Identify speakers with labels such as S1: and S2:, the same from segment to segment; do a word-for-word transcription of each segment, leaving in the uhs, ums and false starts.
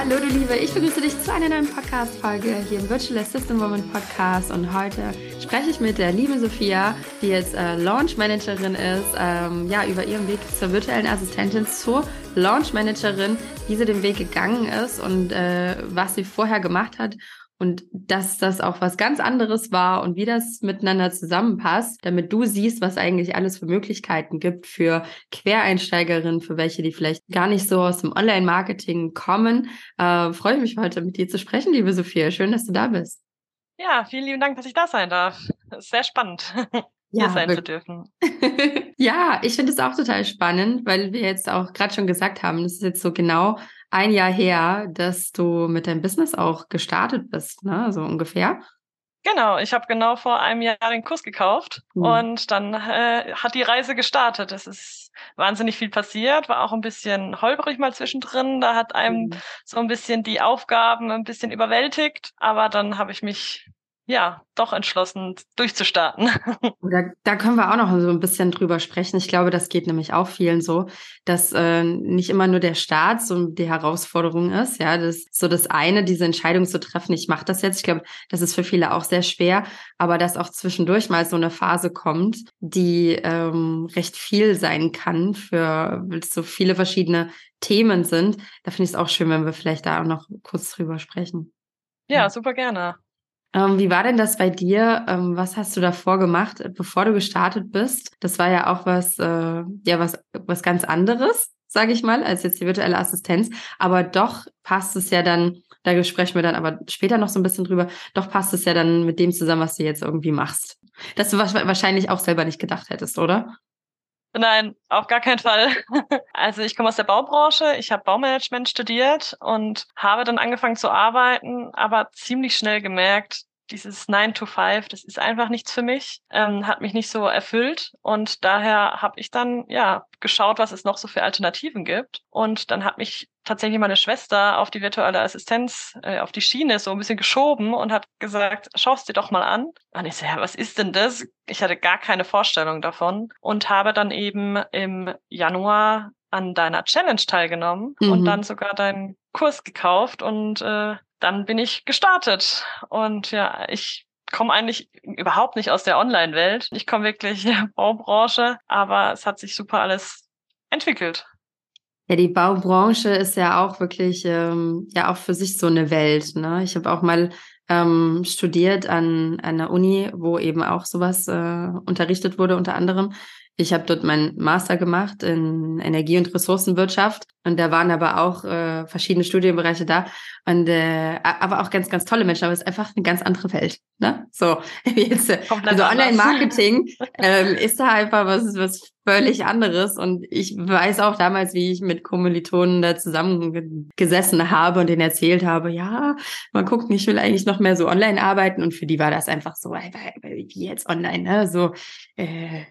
S1: Hallo du Liebe, ich begrüße dich zu einer neuen Podcast-Folge hier im Virtual Assistant Woman Podcast und heute spreche ich mit der lieben Sophia, die jetzt äh, Launch Managerin ist, ähm, ja, über ihren Weg zur virtuellen Assistentin zur Launch Managerin, wie sie den Weg gegangen ist und äh, was sie vorher gemacht hat. Und dass das auch was ganz anderes war und wie das miteinander zusammenpasst, damit du siehst, was eigentlich alles für Möglichkeiten gibt für Quereinsteigerinnen, für welche, die vielleicht gar nicht so aus dem Online-Marketing kommen. Äh, freue ich mich heute mit dir zu sprechen, liebe Sophia. Schön, dass du da bist.
S2: Ja, vielen lieben Dank, dass ich da sein darf. Es ist sehr spannend, hier
S1: Ja,
S2: sein zu
S1: wirklich.
S2: dürfen.
S1: Ja, ich finde es auch total spannend, weil wir jetzt auch gerade schon gesagt haben, das ist jetzt so genau ein Jahr her, dass du mit deinem Business auch gestartet bist, ne? So ungefähr.
S2: Genau, ich habe genau vor einem Jahr den Kurs gekauft
S1: Hm.
S2: und dann äh, hat die Reise gestartet. Es ist wahnsinnig viel passiert, war auch ein bisschen holprig mal zwischendrin. Da hat einem
S1: Hm.
S2: so ein bisschen die Aufgaben ein bisschen überwältigt, aber dann habe ich mich ja doch entschlossen, durchzustarten.
S1: Da, da können wir auch noch so ein bisschen drüber sprechen. Ich glaube, das geht nämlich auch vielen so, dass äh, nicht immer nur der Start so die Herausforderung ist. Ja, das ist so das eine, diese Entscheidung zu treffen, ich mache das jetzt. Ich glaube, das ist für viele auch sehr schwer, aber dass auch zwischendurch mal so eine Phase kommt, die ähm, recht viel sein kann, für weil es so viele verschiedene Themen sind. Da finde ich es auch schön, wenn wir vielleicht da auch noch kurz drüber sprechen.
S2: Ja, super gerne.
S1: Ähm, wie war denn das bei dir? Ähm, was hast du davor gemacht, äh, bevor du gestartet bist? Das war ja auch was, äh, ja, was, was ganz anderes, sage ich mal, als jetzt die virtuelle Assistenz. Aber doch passt es ja dann, da sprechen wir dann aber später noch so ein bisschen drüber, doch passt es ja dann mit dem zusammen, was du jetzt irgendwie machst. Dass du wahrscheinlich auch selber nicht gedacht hättest, oder?
S2: Nein, auf gar keinen Fall. Also ich komme aus der Baubranche, ich habe Baumanagement studiert und habe dann angefangen zu arbeiten, aber ziemlich schnell gemerkt, dieses nine to five, das ist einfach nichts für mich, ähm, hat mich nicht so erfüllt und daher habe ich dann ja geschaut, was es noch so für Alternativen gibt und dann hat mich tatsächlich meine Schwester auf die virtuelle Assistenz, äh, auf die Schiene so ein bisschen geschoben und hat gesagt, schau es dir doch mal an. Und ich so, ja, was ist denn das? Ich hatte gar keine Vorstellung davon und habe dann eben im Januar an deiner Challenge teilgenommen und dann
S1: Mhm.
S2: sogar deinen Kurs gekauft und äh, dann bin ich gestartet. Und ja, ich komme eigentlich überhaupt nicht aus der Online-Welt. Ich komme wirklich der Baubranche, aber es hat sich super alles entwickelt.
S1: Ja, die Baubranche ist ja auch wirklich, ähm, ja auch für sich so eine Welt, ne? Ich habe auch mal ähm, studiert an, an einer Uni, wo eben auch sowas äh, unterrichtet wurde, unter anderem. Ich habe dort meinen Master gemacht in Energie- und Ressourcenwirtschaft und da waren aber auch äh, verschiedene Studienbereiche da und äh, aber auch ganz, ganz tolle Menschen, aber es ist einfach eine ganz andere Welt, ne? So, jetzt, äh,
S2: Komplett
S1: also
S2: anders.
S1: Online-Marketing ähm, ist da einfach was, was völlig anderes. Und ich weiß auch damals, wie ich mit Kommilitonen da zusammen gesessen habe und denen erzählt habe, ja, mal gucken, ich will eigentlich noch mehr so online arbeiten. Und für die war das einfach so, ey, wie jetzt online, ne? So, äh,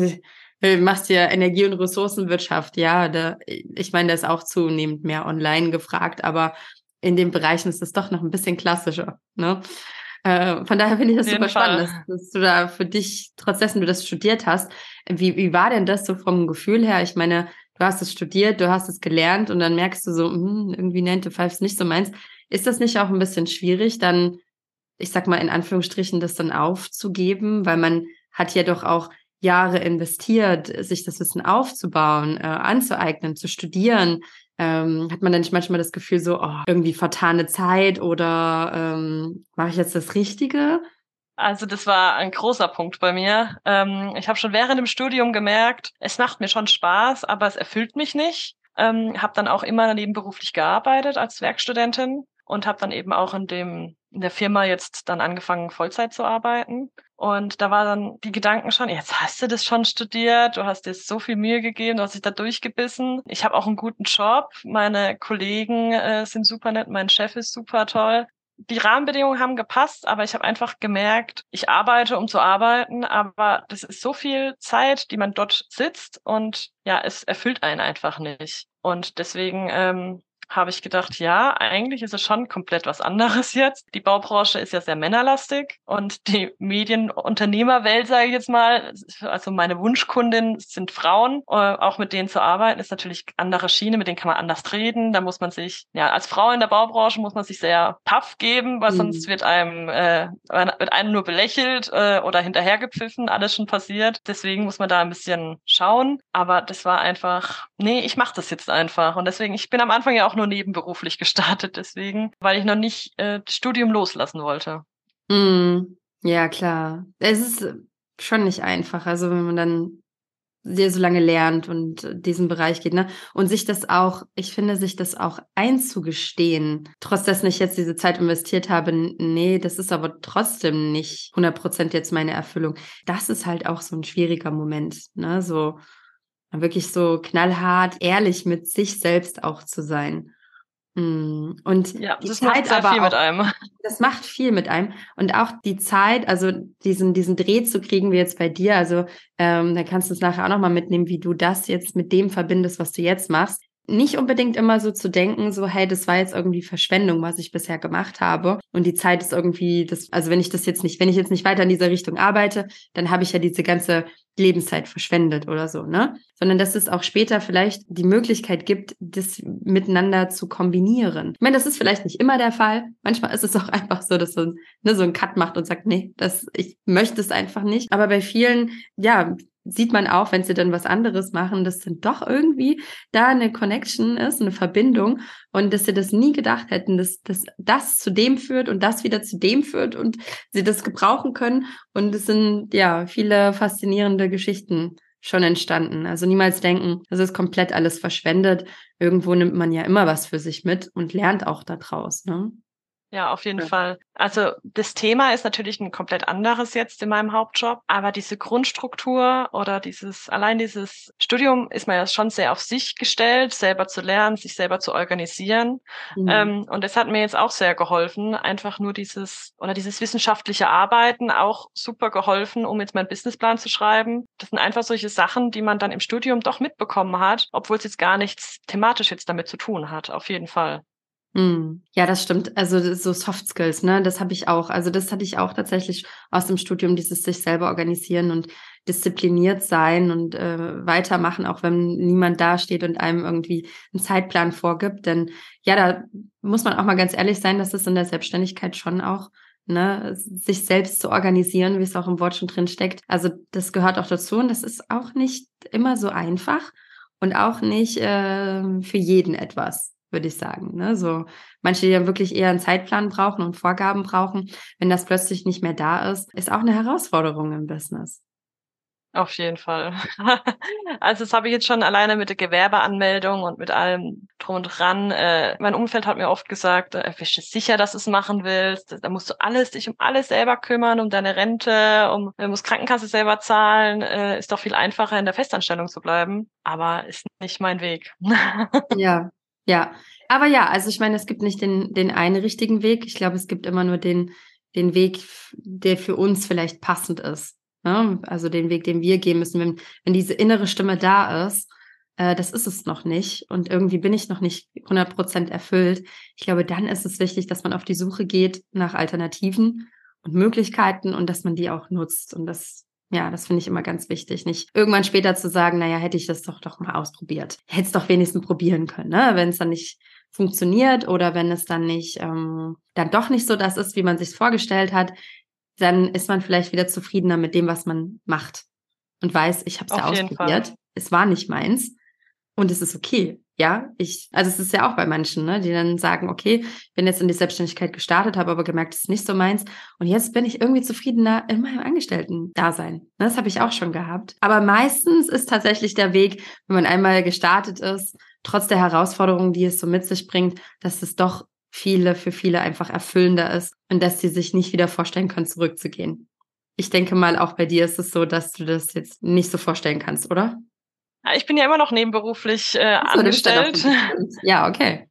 S1: äh, machst ja Energie- und Ressourcenwirtschaft, ja, da, ich meine, da ist auch zunehmend mehr online gefragt, aber in den Bereichen ist es doch noch ein bisschen klassischer, ne? Äh, von daher finde ich
S2: Auf
S1: das super
S2: jeden
S1: spannend, dass,
S2: Fall.
S1: dass du da für dich, trotz dessen du das studiert hast, wie, wie war denn das so vom Gefühl her? Ich meine, du hast es studiert, du hast es gelernt und dann merkst du so, hm, irgendwie nine to five ist nicht so meins. Ist das nicht auch ein bisschen schwierig, dann, ich sag mal in Anführungsstrichen, das dann aufzugeben? Weil man hat ja doch auch Jahre investiert, sich das Wissen aufzubauen, äh, anzueignen, zu studieren. Ähm, hat man dann nicht manchmal das Gefühl so, oh, irgendwie vertane Zeit oder ähm, mache ich jetzt das Richtige?
S2: Also das war ein großer Punkt bei mir. Ähm, ich habe schon während dem Studium gemerkt, es macht mir schon Spaß, aber es erfüllt mich nicht. Ähm, habe dann auch immer nebenberuflich gearbeitet als Werkstudentin und habe dann eben auch in dem in der Firma jetzt dann angefangen Vollzeit zu arbeiten. Und da war dann die Gedanken schon, jetzt hast du das schon studiert, du hast dir so viel Mühe gegeben, du hast dich da durchgebissen. Ich habe auch einen guten Job, meine Kollegen äh, sind super nett, mein Chef ist super toll. Die Rahmenbedingungen haben gepasst, aber ich habe einfach gemerkt, ich arbeite, um zu arbeiten, aber das ist so viel Zeit, die man dort sitzt und ja, es erfüllt einen einfach nicht. Und deswegen ähm, habe ich gedacht, ja, eigentlich ist es schon komplett was anderes jetzt. Die Baubranche ist ja sehr männerlastig und die Medienunternehmerwelt, sage ich jetzt mal, also meine Wunschkundin sind Frauen. Äh, auch mit denen zu arbeiten ist natürlich andere Schiene, mit denen kann man anders reden. Da muss man sich, ja, als Frau in der Baubranche muss man sich sehr tough geben, weil mhm. sonst wird einem, äh, wird einem nur belächelt äh, oder hinterhergepfiffen, alles schon passiert. Deswegen muss man da ein bisschen schauen. Aber das war einfach, nee, ich mache das jetzt einfach. Und deswegen, ich bin am Anfang ja auch nur nebenberuflich gestartet, deswegen, weil ich noch nicht äh, das Studium loslassen wollte.
S1: Mm, ja, klar. Es ist schon nicht einfach, also wenn man dann sehr so lange lernt und diesen Bereich geht, ne? Und sich das auch, ich finde, sich das auch einzugestehen, trotz dass ich jetzt diese Zeit investiert habe, nee, das ist aber trotzdem nicht hundert Prozent jetzt meine Erfüllung. Das ist halt auch so ein schwieriger Moment, ne? So wirklich so knallhart, ehrlich mit sich selbst auch zu sein. Und
S2: ja,
S1: die
S2: das
S1: Zeit
S2: macht sehr
S1: aber
S2: viel
S1: auch,
S2: mit einem.
S1: Das macht viel mit einem. Und auch die Zeit, also diesen, diesen Dreh zu kriegen, wie jetzt bei dir, also ähm, da kannst du es nachher auch nochmal mitnehmen, wie du das jetzt mit dem verbindest, was du jetzt machst. Nicht unbedingt immer so zu denken, so, hey, das war jetzt irgendwie Verschwendung, was ich bisher gemacht habe. Und die Zeit ist irgendwie, das, also wenn ich das jetzt nicht, wenn ich jetzt nicht weiter in dieser Richtung arbeite, dann habe ich ja diese ganze Lebenszeit verschwendet oder so, ne? Sondern dass es auch später vielleicht die Möglichkeit gibt, das miteinander zu kombinieren. Ich meine, das ist vielleicht nicht immer der Fall. Manchmal ist es auch einfach so, dass man ne, so einen Cut macht und sagt, nee, das, ich möchte es einfach nicht. Aber bei vielen, ja, sieht man auch, wenn sie dann was anderes machen, dass dann doch irgendwie da eine Connection ist, eine Verbindung und dass sie das nie gedacht hätten, dass, dass das zu dem führt und das wieder zu dem führt und sie das gebrauchen können. Und es sind ja viele faszinierende Geschichten schon entstanden. Also niemals denken, das ist komplett alles verschwendet. Irgendwo nimmt man ja immer was für sich mit und lernt auch daraus, ne?
S2: Ja, auf jeden
S1: ja.
S2: Fall. Also das Thema ist natürlich ein komplett anderes jetzt in meinem Hauptjob, aber diese Grundstruktur oder dieses, allein dieses Studium ist man ja schon sehr auf sich gestellt, selber zu lernen, sich selber zu organisieren. Mhm. Ähm, und es hat mir jetzt auch sehr geholfen, einfach nur dieses, oder dieses wissenschaftliche Arbeiten auch super geholfen, um jetzt meinen Businessplan zu schreiben. Das sind einfach solche Sachen, die man dann im Studium doch mitbekommen hat, obwohl es jetzt gar nichts thematisch jetzt damit zu tun hat, auf jeden Fall.
S1: Ja, das stimmt. Also so Soft Skills, ne, das habe ich auch. Also das hatte ich auch tatsächlich aus dem Studium, dieses sich selber organisieren und diszipliniert sein und äh, weitermachen, auch wenn niemand dasteht und einem irgendwie einen Zeitplan vorgibt. Denn ja, da muss man auch mal ganz ehrlich sein, dass es in der Selbstständigkeit schon auch, ne, sich selbst zu organisieren, wie es auch im Wort schon drin steckt. Also das gehört auch dazu und das ist auch nicht immer so einfach und auch nicht äh, für jeden etwas, würde ich sagen. Ne? So manche, die ja wirklich eher einen Zeitplan brauchen und Vorgaben brauchen, wenn das plötzlich nicht mehr da ist, ist auch eine Herausforderung im Business.
S2: Auf jeden Fall. Also das habe ich jetzt schon alleine mit der Gewerbeanmeldung und mit allem drum und dran. Äh, mein Umfeld hat mir oft gesagt, äh, bist du sicher, dass du es machen willst? Da musst du alles, dich um alles selber kümmern, um deine Rente, um, du musst Krankenkasse selber zahlen. Äh, ist doch viel einfacher, in der Festanstellung zu bleiben. Aber ist nicht mein Weg.
S1: Ja, ja. Aber ja, also ich meine, es gibt nicht den, den einen richtigen Weg. Ich glaube, es gibt immer nur den, den Weg, der für uns vielleicht passend ist. Ne? Also den Weg, den wir gehen müssen. Wenn, wenn diese innere Stimme da ist, äh, das ist es noch nicht. Und irgendwie bin ich noch nicht hundert Prozent erfüllt. Ich glaube, dann ist es wichtig, dass man auf die Suche geht nach Alternativen und Möglichkeiten und dass man die auch nutzt. Und das Ja, das finde ich immer ganz wichtig. Nicht irgendwann später zu sagen, naja, hätte ich das doch doch mal ausprobiert. Hätte es doch wenigstens probieren können, ne? Wenn es dann nicht funktioniert oder wenn es dann nicht, ähm, dann doch nicht so das ist, wie man sich vorgestellt hat, dann ist man vielleicht wieder zufriedener mit dem, was man macht und weiß, ich habe es ja ausprobiert. Es war nicht meins und es ist okay. Ja, ich, also es ist ja auch bei manchen, ne, die dann sagen, okay, ich bin jetzt in die Selbstständigkeit gestartet, habe aber gemerkt, es ist nicht so meins und jetzt bin ich irgendwie zufriedener in meinem Angestellten-Dasein. Das habe ich auch schon gehabt. Aber meistens ist tatsächlich der Weg, wenn man einmal gestartet ist, trotz der Herausforderungen, die es so mit sich bringt, dass es doch viele, für viele einfach erfüllender ist und dass sie sich nicht wieder vorstellen können, zurückzugehen. Ich denke mal, auch bei dir ist es so, dass du das jetzt nicht so vorstellen kannst, oder?
S2: Ich bin ja immer noch nebenberuflich äh, Achso, angestellt.
S1: Ja, okay.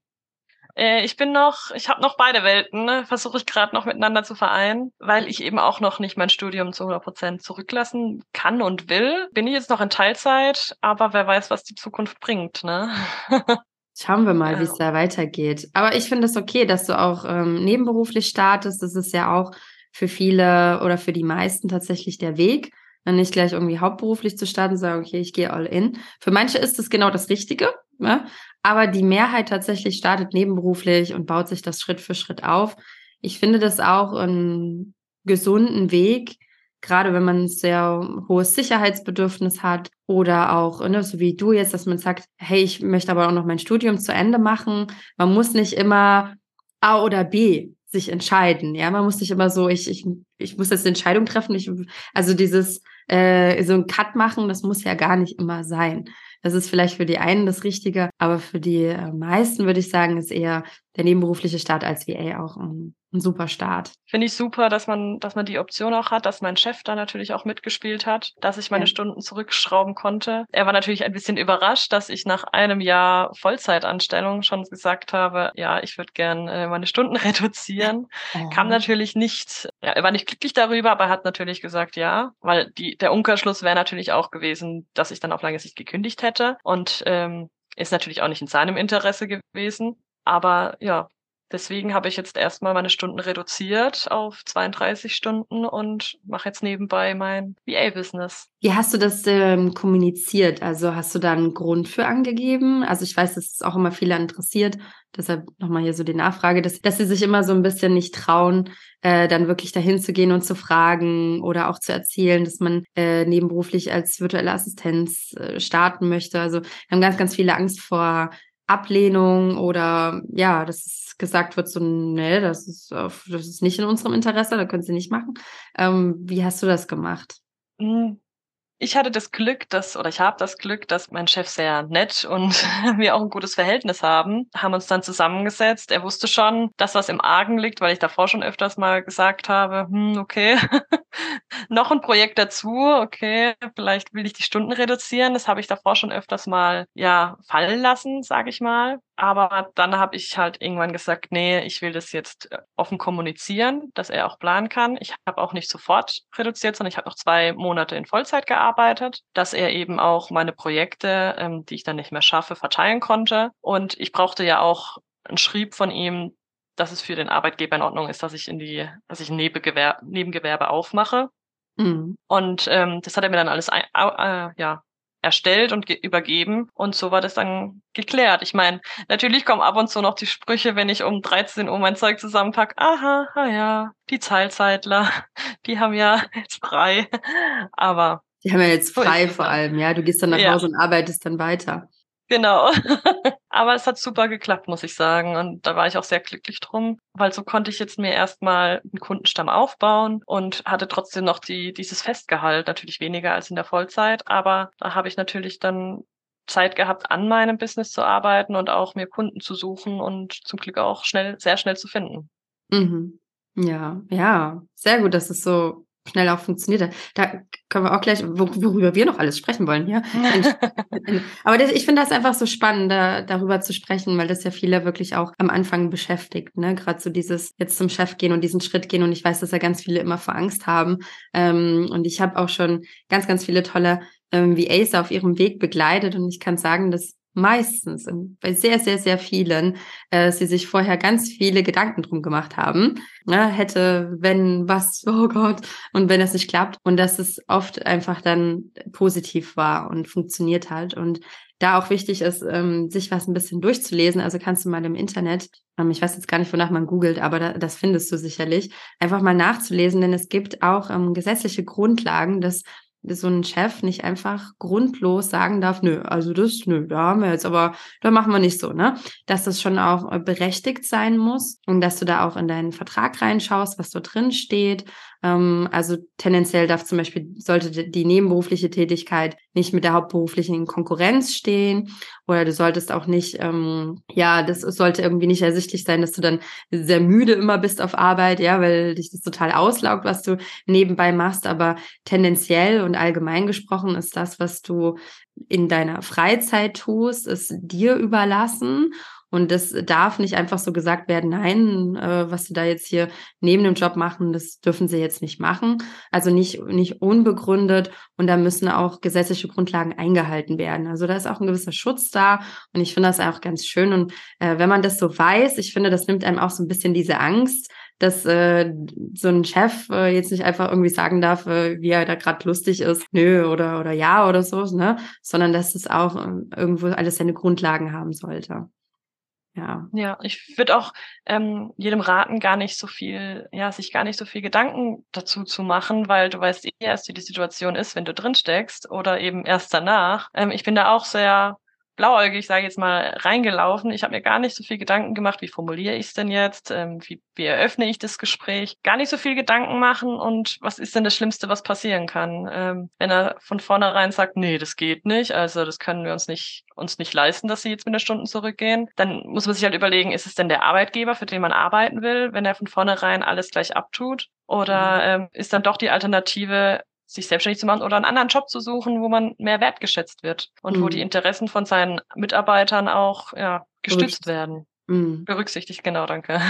S2: Äh, ich bin noch, ich habe noch beide Welten, ne? Versuche ich gerade noch miteinander zu vereinen, weil ich eben auch noch nicht mein Studium zu hundert Prozent zurücklassen kann und will. Bin ich jetzt noch in Teilzeit, aber wer weiß, was die Zukunft bringt, ne?
S1: Schauen wir mal, wie es
S2: Ja.
S1: da weitergeht. Aber ich finde es okay, dass du auch ähm, nebenberuflich startest. Das ist ja auch für viele oder für die meisten tatsächlich der Weg, dann nicht gleich irgendwie hauptberuflich zu starten und sagen, okay, ich gehe all in. Für manche ist es genau das Richtige, ne? Aber die Mehrheit tatsächlich startet nebenberuflich und baut sich das Schritt für Schritt auf. Ich finde das auch einen gesunden Weg, gerade wenn man ein sehr hohes Sicherheitsbedürfnis hat oder auch, ne, so wie du jetzt, dass man sagt, hey, ich möchte aber auch noch mein Studium zu Ende machen. Man muss nicht immer A oder B sich entscheiden. Ja, man muss nicht immer so, ich, ich, ich muss jetzt eine Entscheidung treffen. Ich, also dieses, äh, so ein Cut machen, das muss ja gar nicht immer sein. Das ist vielleicht für die einen das Richtige, aber für die äh, meisten würde ich sagen, ist eher der nebenberufliche Start als V A auch ein, ein super Start.
S2: Finde ich super, dass man, dass man die Option auch hat, dass mein Chef da natürlich auch mitgespielt hat, dass ich meine
S1: Ja.
S2: Stunden zurückschrauben konnte. Er war natürlich ein bisschen überrascht, dass ich nach einem Jahr Vollzeitanstellung schon gesagt habe, ja, ich würde gern äh, meine Stunden reduzieren.
S1: Oh.
S2: Kam natürlich nicht, ja, er war nicht glücklich darüber, aber hat natürlich gesagt, ja, weil die, der Umkehrschluss wäre natürlich auch gewesen, dass ich dann auf lange Sicht gekündigt hätte und ähm, ist natürlich auch nicht in seinem Interesse gewesen. Aber ja, deswegen habe ich jetzt erstmal meine Stunden reduziert auf zweiunddreißig Stunden und mache jetzt nebenbei mein V A-Business.
S1: Wie hast du das ähm, kommuniziert? Also hast du da einen Grund für angegeben? Also ich weiß, dass es auch immer viele interessiert, deshalb nochmal hier so die Nachfrage, dass, dass sie sich immer so ein bisschen nicht trauen, äh, dann wirklich dahin zu gehen und zu fragen oder auch zu erzählen, dass man äh, nebenberuflich als virtuelle Assistenz äh, starten möchte. Also wir haben ganz, ganz viele Angst vor Ablehnung oder ja, dass es gesagt wird, so, nee, das ist, auf, das ist nicht in unserem Interesse, da können Sie nicht machen. Ähm, wie hast du das gemacht?
S2: Ich hatte das Glück, dass, oder ich habe das Glück, dass mein Chef sehr nett und wir auch ein gutes Verhältnis haben, haben uns dann zusammengesetzt. Er wusste schon, dass was im Argen liegt, weil ich davor schon öfters mal gesagt habe, hm, okay, noch ein Projekt dazu, okay, vielleicht will ich die Stunden reduzieren. Das habe ich davor schon öfters mal, ja, fallen lassen, sage ich mal. Aber dann habe ich halt irgendwann gesagt, nee, ich will das jetzt offen kommunizieren, dass er auch planen kann. Ich habe auch nicht sofort reduziert, sondern ich habe noch zwei Monate in Vollzeit gearbeitet, dass er eben auch meine Projekte, ähm, die ich dann nicht mehr schaffe, verteilen konnte. Und ich brauchte ja auch einen Schrieb von ihm, dass es für den Arbeitgeber in Ordnung ist, dass ich in die, dass ich ein Nebengewerbe, Nebengewerbe aufmache.
S1: Mhm.
S2: Und ähm, das hat er mir dann alles ein, äh, ja, erstellt und ge- übergeben. Und so war das dann geklärt. Ich meine, natürlich kommen ab und zu noch die Sprüche, wenn ich um dreizehn Uhr mein Zeug zusammenpack. Aha, ah ja, die Teilzeitler, die haben ja jetzt frei. Aber
S1: Die haben ja jetzt
S2: so ist
S1: frei
S2: es
S1: vor
S2: dann.
S1: allem, ja. Du gehst dann nach
S2: Ja,
S1: Hause und arbeitest dann weiter.
S2: genau. Aber es hat super geklappt, muss ich sagen. Und da war ich auch sehr glücklich drum, weil so konnte ich jetzt mir erstmal einen Kundenstamm aufbauen und hatte trotzdem noch die, dieses Festgehalt, natürlich weniger als in der Vollzeit. Aber da habe ich natürlich dann Zeit gehabt, an meinem Business zu arbeiten und auch mir Kunden zu suchen und zum Glück auch schnell, sehr schnell zu finden.
S1: Mhm. Ja, ja, sehr gut, dass es so schnell auch funktioniert hat. Da können wir auch gleich, wo, worüber wir noch alles sprechen wollen hier. Mensch. Aber das, ich finde das einfach so spannend, da, darüber zu sprechen, weil das ja viele wirklich auch am Anfang beschäftigt, ne? Gerade so dieses jetzt zum Chef gehen und diesen Schritt gehen. Und ich weiß, dass ja ganz viele immer vor Angst haben. Ähm, und ich habe auch schon ganz, ganz viele tolle ähm, V As auf ihrem Weg begleitet. Und ich kann sagen, dass meistens, bei sehr, sehr, sehr vielen, äh, sie sich vorher ganz viele Gedanken drum gemacht haben. Ne? Hätte, wenn, was, oh Gott, und wenn das nicht klappt. Und dass es oft einfach dann positiv war und funktioniert hat. Und da auch wichtig ist, ähm, sich was ein bisschen durchzulesen. Also kannst du mal im Internet, ähm, ich weiß jetzt gar nicht, wonach man googelt, aber da, das findest du sicherlich, einfach mal nachzulesen, denn es gibt auch ähm, gesetzliche Grundlagen, dass so ein Chef nicht einfach grundlos sagen darf, nö, also das, nö, da haben wir jetzt, aber da machen wir nicht so, ne? Dass das schon auch berechtigt sein muss und dass du da auch in deinen Vertrag reinschaust, was dort drin steht. Ähm, also tendenziell darf zum Beispiel, sollte die nebenberufliche Tätigkeit nicht mit der hauptberuflichen in Konkurrenz stehen oder du solltest auch nicht, ähm, ja, das sollte irgendwie nicht ersichtlich sein, dass du dann sehr müde immer bist auf Arbeit, ja, weil dich das total auslaugt, was du nebenbei machst, aber tendenziell und allgemein gesprochen ist das, was du in deiner Freizeit tust, ist dir überlassen Und das darf nicht einfach so gesagt werden, nein, äh, was sie da jetzt hier neben dem Job machen, das dürfen sie jetzt nicht machen. Also nicht, nicht unbegründet. Und da müssen auch gesetzliche Grundlagen eingehalten werden. Also da ist auch ein gewisser Schutz da. Und ich finde das auch ganz schön. Und äh, wenn man das so weiß, ich finde, das nimmt einem auch so ein bisschen diese Angst, dass äh, so ein Chef äh, jetzt nicht einfach irgendwie sagen darf, äh, wie er da gerade lustig ist, nö oder oder ja oder so, ne, sondern dass es auch äh, irgendwo alles seine Grundlagen haben sollte. Ja.
S2: Ja, ich würde auch ähm, jedem raten, gar nicht so viel, ja, sich gar nicht so viel Gedanken dazu zu machen, weil du weißt eh erst, wie die Situation ist, wenn du drin steckst oder eben erst danach. Ähm, ich bin da auch sehr blauäugig, sage ich jetzt mal, reingelaufen. Ich habe mir gar nicht so viel Gedanken gemacht, wie formuliere ich es denn jetzt, ähm, wie, wie eröffne ich das Gespräch. Gar nicht so viel Gedanken machen und was ist denn das Schlimmste, was passieren kann. Ähm, wenn er von vornherein sagt, nee, das geht nicht, also das können wir uns nicht uns nicht leisten, dass sie jetzt mit den Stunden zurückgehen, dann muss man sich halt überlegen, ist es denn der Arbeitgeber, für den man arbeiten will, wenn er von vornherein alles gleich abtut? Oder ähm, ist dann doch die Alternative, sich selbstständig zu machen oder einen anderen Job zu suchen, wo man mehr wertgeschätzt wird und mhm. wo die Interessen von seinen Mitarbeitern auch ja, gestützt werden. Mhm. Berücksichtigt, genau, danke.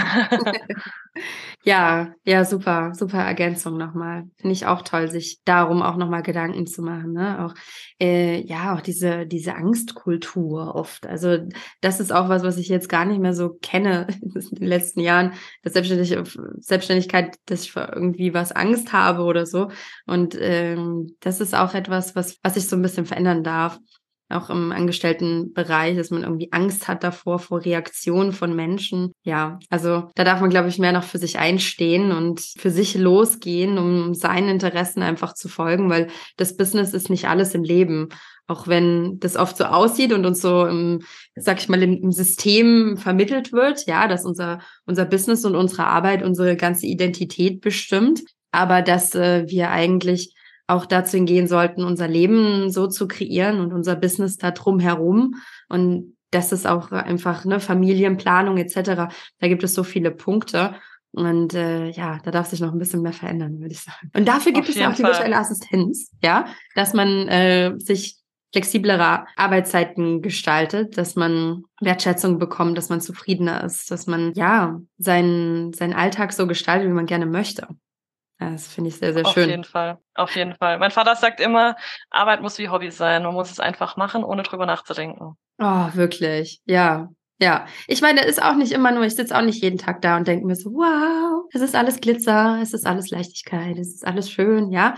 S1: Ja, ja, super, super Ergänzung nochmal. Finde ich auch toll, sich darum auch nochmal Gedanken zu machen, ne? Auch, äh, ja, auch diese, diese Angstkultur oft. Also, das ist auch was, was ich jetzt gar nicht mehr so kenne in den letzten Jahren, dass Selbstständig Selbstständigkeit, dass ich irgendwie was Angst habe oder so. Und, ähm, das ist auch etwas, was, was ich so ein bisschen verändern darf. Auch im Angestelltenbereich, dass man irgendwie Angst hat davor, vor Reaktionen von Menschen. Ja, also da darf man, glaube ich, mehr noch für sich einstehen und für sich losgehen, um seinen Interessen einfach zu folgen, weil das Business ist nicht alles im Leben. Auch wenn das oft so aussieht und uns so im, sag ich mal, im, im System vermittelt wird, ja, dass unser, unser Business und unsere Arbeit unsere ganze Identität bestimmt, aber dass äh, wir eigentlich auch dazu hingehen sollten, unser Leben so zu kreieren und unser Business da drum herum. Und das ist auch einfach eine Familienplanung et cetera. Da gibt es so viele Punkte. Und äh, ja, da darf sich noch ein bisschen mehr verändern, würde ich sagen. Und dafür gibt
S2: Auf
S1: es ja auch die virtuelle Assistenz, ja, dass man äh, sich flexiblere Arbeitszeiten gestaltet, dass man Wertschätzung bekommt, dass man zufriedener ist, dass man ja seinen seinen Alltag so gestaltet, wie man gerne möchte. Das finde ich sehr, sehr
S2: Auf
S1: schön.
S2: Auf jeden Fall, auf jeden Fall. Mein Vater sagt immer, Arbeit muss wie Hobby sein. Man muss es einfach machen, ohne drüber nachzudenken.
S1: Oh, wirklich. Ja, ja. Ich meine, ist auch nicht immer nur, ich sitze auch nicht jeden Tag da und denke mir so, wow, es ist alles Glitzer, es ist alles Leichtigkeit, es ist alles schön, ja.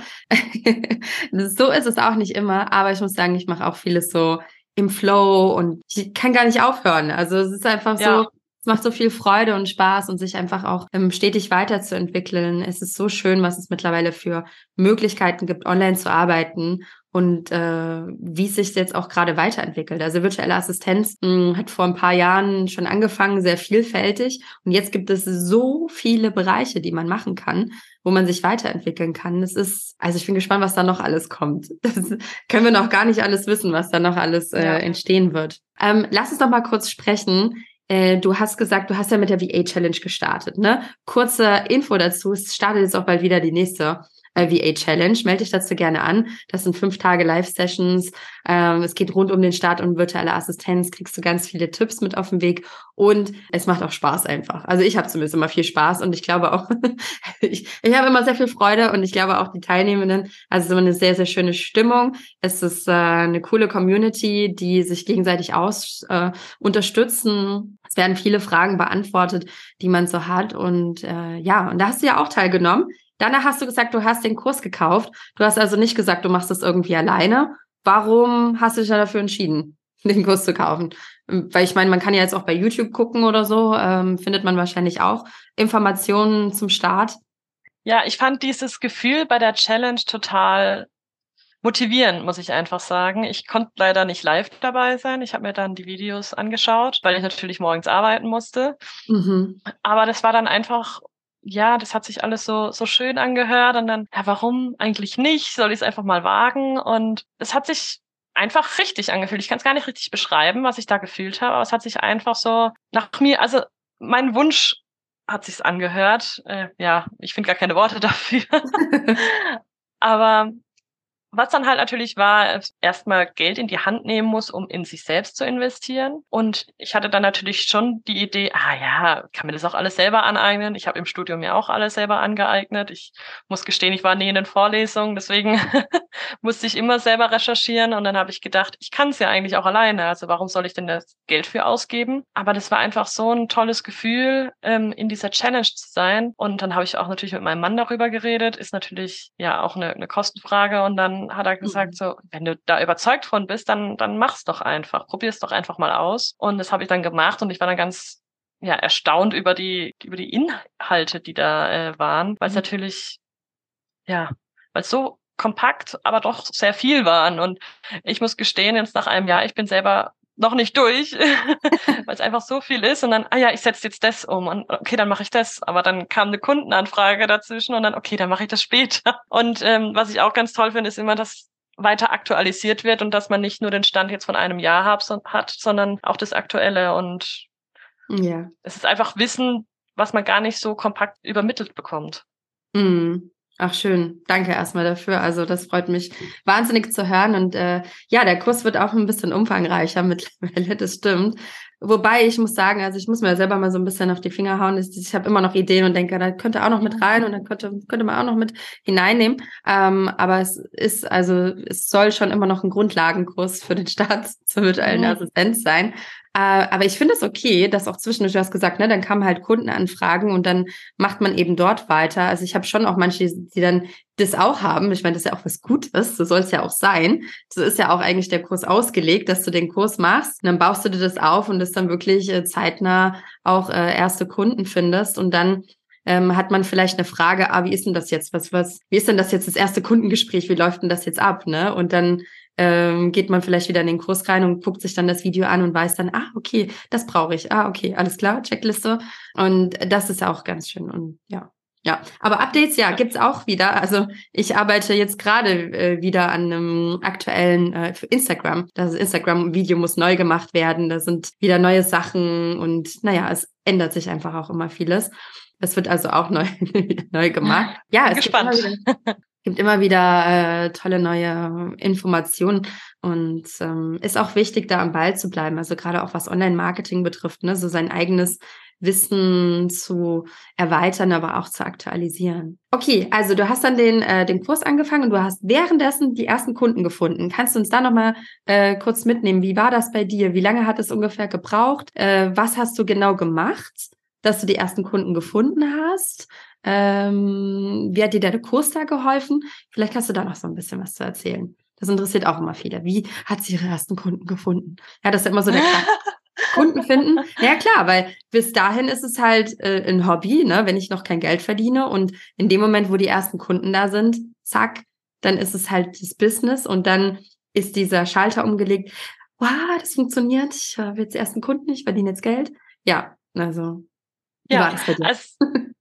S1: So ist es auch nicht immer, aber ich muss sagen, ich mache auch vieles so im Flow und ich kann gar nicht aufhören. Also es ist einfach
S2: Ja.
S1: so, es macht so viel Freude und Spaß und sich einfach auch ähm, stetig weiterzuentwickeln. Es ist so schön, was es mittlerweile für Möglichkeiten gibt, online zu arbeiten und äh, wie es sich jetzt auch gerade weiterentwickelt. Also virtuelle Assistenz mh, hat vor ein paar Jahren schon angefangen, sehr vielfältig. Und jetzt gibt es so viele Bereiche, die man machen kann, wo man sich weiterentwickeln kann. Das ist, also ich bin gespannt, was da noch alles kommt. Das können wir noch gar nicht alles wissen, was da noch alles äh,
S2: Ja.
S1: entstehen wird. Ähm, lass uns doch mal kurz sprechen. Äh, du hast gesagt, du hast ja mit der V A-Challenge gestartet, ne? Kurze Info dazu, es startet jetzt auch bald wieder die nächste äh, V A-Challenge. Melde dich dazu gerne an. Das sind fünf Tage Live-Sessions. Ähm, es geht rund um den Start und virtuelle Assistenz. Kriegst du ganz viele Tipps mit auf den Weg. Und es macht auch Spaß einfach. Also ich habe zumindest immer viel Spaß und ich glaube auch, ich, ich habe immer sehr viel Freude und ich glaube auch die Teilnehmenden, also es ist immer eine sehr, sehr schöne Stimmung. Es ist äh, eine coole Community, die sich gegenseitig aus äh, unterstützen. Es werden viele Fragen beantwortet, die man so hat. Und äh, ja, und da hast du ja auch teilgenommen. Danach hast du gesagt, du hast den Kurs gekauft. Du hast also nicht gesagt, du machst das irgendwie alleine. Warum hast du dich dafür entschieden, den Kurs zu kaufen? Weil ich meine, man kann ja jetzt auch bei YouTube gucken oder so, ähm, findet man wahrscheinlich auch Informationen zum Start.
S2: Ja, ich fand dieses Gefühl bei der Challenge total motivierend, muss ich einfach sagen. Ich konnte leider nicht live dabei sein. Ich habe mir dann die Videos angeschaut, weil ich natürlich morgens arbeiten musste. Mhm. Aber das war dann einfach, ja, das hat sich alles so so schön angehört und dann, ja, warum eigentlich nicht? Soll ich es einfach mal wagen? Und es hat sich einfach richtig angefühlt. Ich kann es gar nicht richtig beschreiben, was ich da gefühlt habe, aber es hat sich einfach so nach mir, also mein Wunsch hat sich's angehört. Äh, ja, ich finde gar keine Worte dafür. Aber Was dann halt natürlich war, erstmal Geld in die Hand nehmen muss, um in sich selbst zu investieren. Und ich hatte dann natürlich schon die Idee, ah ja, kann mir das auch alles selber aneignen. Ich habe im Studium mir auch alles selber angeeignet. Ich muss gestehen, ich war nie in den Vorlesungen, deswegen musste ich immer selber recherchieren. Und dann habe ich gedacht, ich kann es ja eigentlich auch alleine. Also warum soll ich denn das Geld für ausgeben? Aber das war einfach so ein tolles Gefühl, ähm, in dieser Challenge zu sein. Und dann habe ich auch natürlich mit meinem Mann darüber geredet. Ist natürlich ja auch eine, eine Kostenfrage. Und dann hat er gesagt, so, wenn du da überzeugt von bist, dann, dann mach's doch einfach. Probier's doch einfach mal aus. Und das habe ich dann gemacht und ich war dann ganz, ja, erstaunt über die, über die Inhalte, die da äh, waren, weil es mhm. natürlich, ja, weil es so kompakt, aber doch sehr viel waren. Und ich muss gestehen, jetzt nach einem Jahr, ich bin selber noch nicht durch, weil es einfach so viel ist und dann, ah ja, ich setze jetzt das um und okay, dann mache ich das. Aber dann kam eine Kundenanfrage dazwischen und dann, okay, dann mache ich das später. Und ähm, was ich auch ganz toll finde, ist immer, dass weiter aktualisiert wird und dass man nicht nur den Stand jetzt von einem Jahr hat, hat sondern auch das Aktuelle. Und ja, es ist einfach Wissen, was man gar nicht so kompakt übermittelt bekommt.
S1: Mhm. Ach, schön. Danke erstmal dafür. Also das freut mich wahnsinnig zu hören. Und äh, ja, der Kurs wird auch ein bisschen umfangreicher mittlerweile, das stimmt. Wobei ich muss sagen, also ich muss mir selber mal so ein bisschen auf die Finger hauen. Ich habe immer noch Ideen und denke, da könnte auch noch mit rein und da könnte, könnte man auch noch mit hineinnehmen. Ähm, aber es ist, also es soll schon immer noch ein Grundlagenkurs für den Start zur virtuellen mhm. Assistenz sein. Äh, aber ich finde es okay, dass auch zwischendurch, du hast gesagt, ne, dann kamen halt Kundenanfragen und dann macht man eben dort weiter. Also ich habe schon auch manche, die, die dann das auch haben. Ich meine, das ist ja auch was Gutes, so soll es ja auch sein. So ist ja auch eigentlich der Kurs ausgelegt, dass du den Kurs machst und dann baust du dir das auf und das dann wirklich äh, zeitnah auch äh, erste Kunden findest und dann ähm, hat man vielleicht eine Frage, ah, wie ist denn das jetzt? Was, was, wie ist denn das jetzt das erste Kundengespräch? Wie läuft denn das jetzt ab? Ne? Und dann ähm, geht man vielleicht wieder in den Kurs rein und guckt sich dann das Video an und weiß dann, ah, okay, das brauche ich. Ah, okay, alles klar, Checkliste. Und das ist auch ganz schön. Und ja. Ja, aber Updates, ja, gibt's auch wieder. Also ich arbeite jetzt gerade äh, wieder an einem aktuellen äh, für Instagram. Das Instagram-Video muss neu gemacht werden. Da sind wieder neue Sachen und naja, es ändert sich einfach auch immer vieles. Das wird also auch neu, neu gemacht. Ja, es
S2: gespannt.
S1: Gibt immer wieder, gibt immer wieder äh, tolle neue Informationen und ähm, ist auch wichtig, da am Ball zu bleiben. Also gerade auch was Online-Marketing betrifft, ne, so sein eigenes Wissen zu erweitern, aber auch zu aktualisieren. Okay, also du hast dann den, äh, den Kurs angefangen und du hast währenddessen die ersten Kunden gefunden. Kannst du uns da nochmal äh, kurz mitnehmen? Wie war das bei dir? Wie lange hat es ungefähr gebraucht? Äh, was hast du genau gemacht, dass du die ersten Kunden gefunden hast? Ähm, wie hat dir der Kurs da geholfen? Vielleicht hast du da noch so ein bisschen was zu erzählen. Das interessiert auch immer viele. Wie hat sie ihre ersten Kunden gefunden? Ja, das ist ja immer so der Klassiker. Kunden finden. Ja klar, weil bis dahin ist es halt äh, ein Hobby, ne, wenn ich noch kein Geld verdiene und in dem Moment, wo die ersten Kunden da sind, zack, dann ist es halt das Business und dann ist dieser Schalter umgelegt. Wow, das funktioniert. Ich habe jetzt die ersten Kunden, ich verdiene jetzt Geld. Ja, also wie
S2: ja,
S1: war das bei dir?
S2: Also,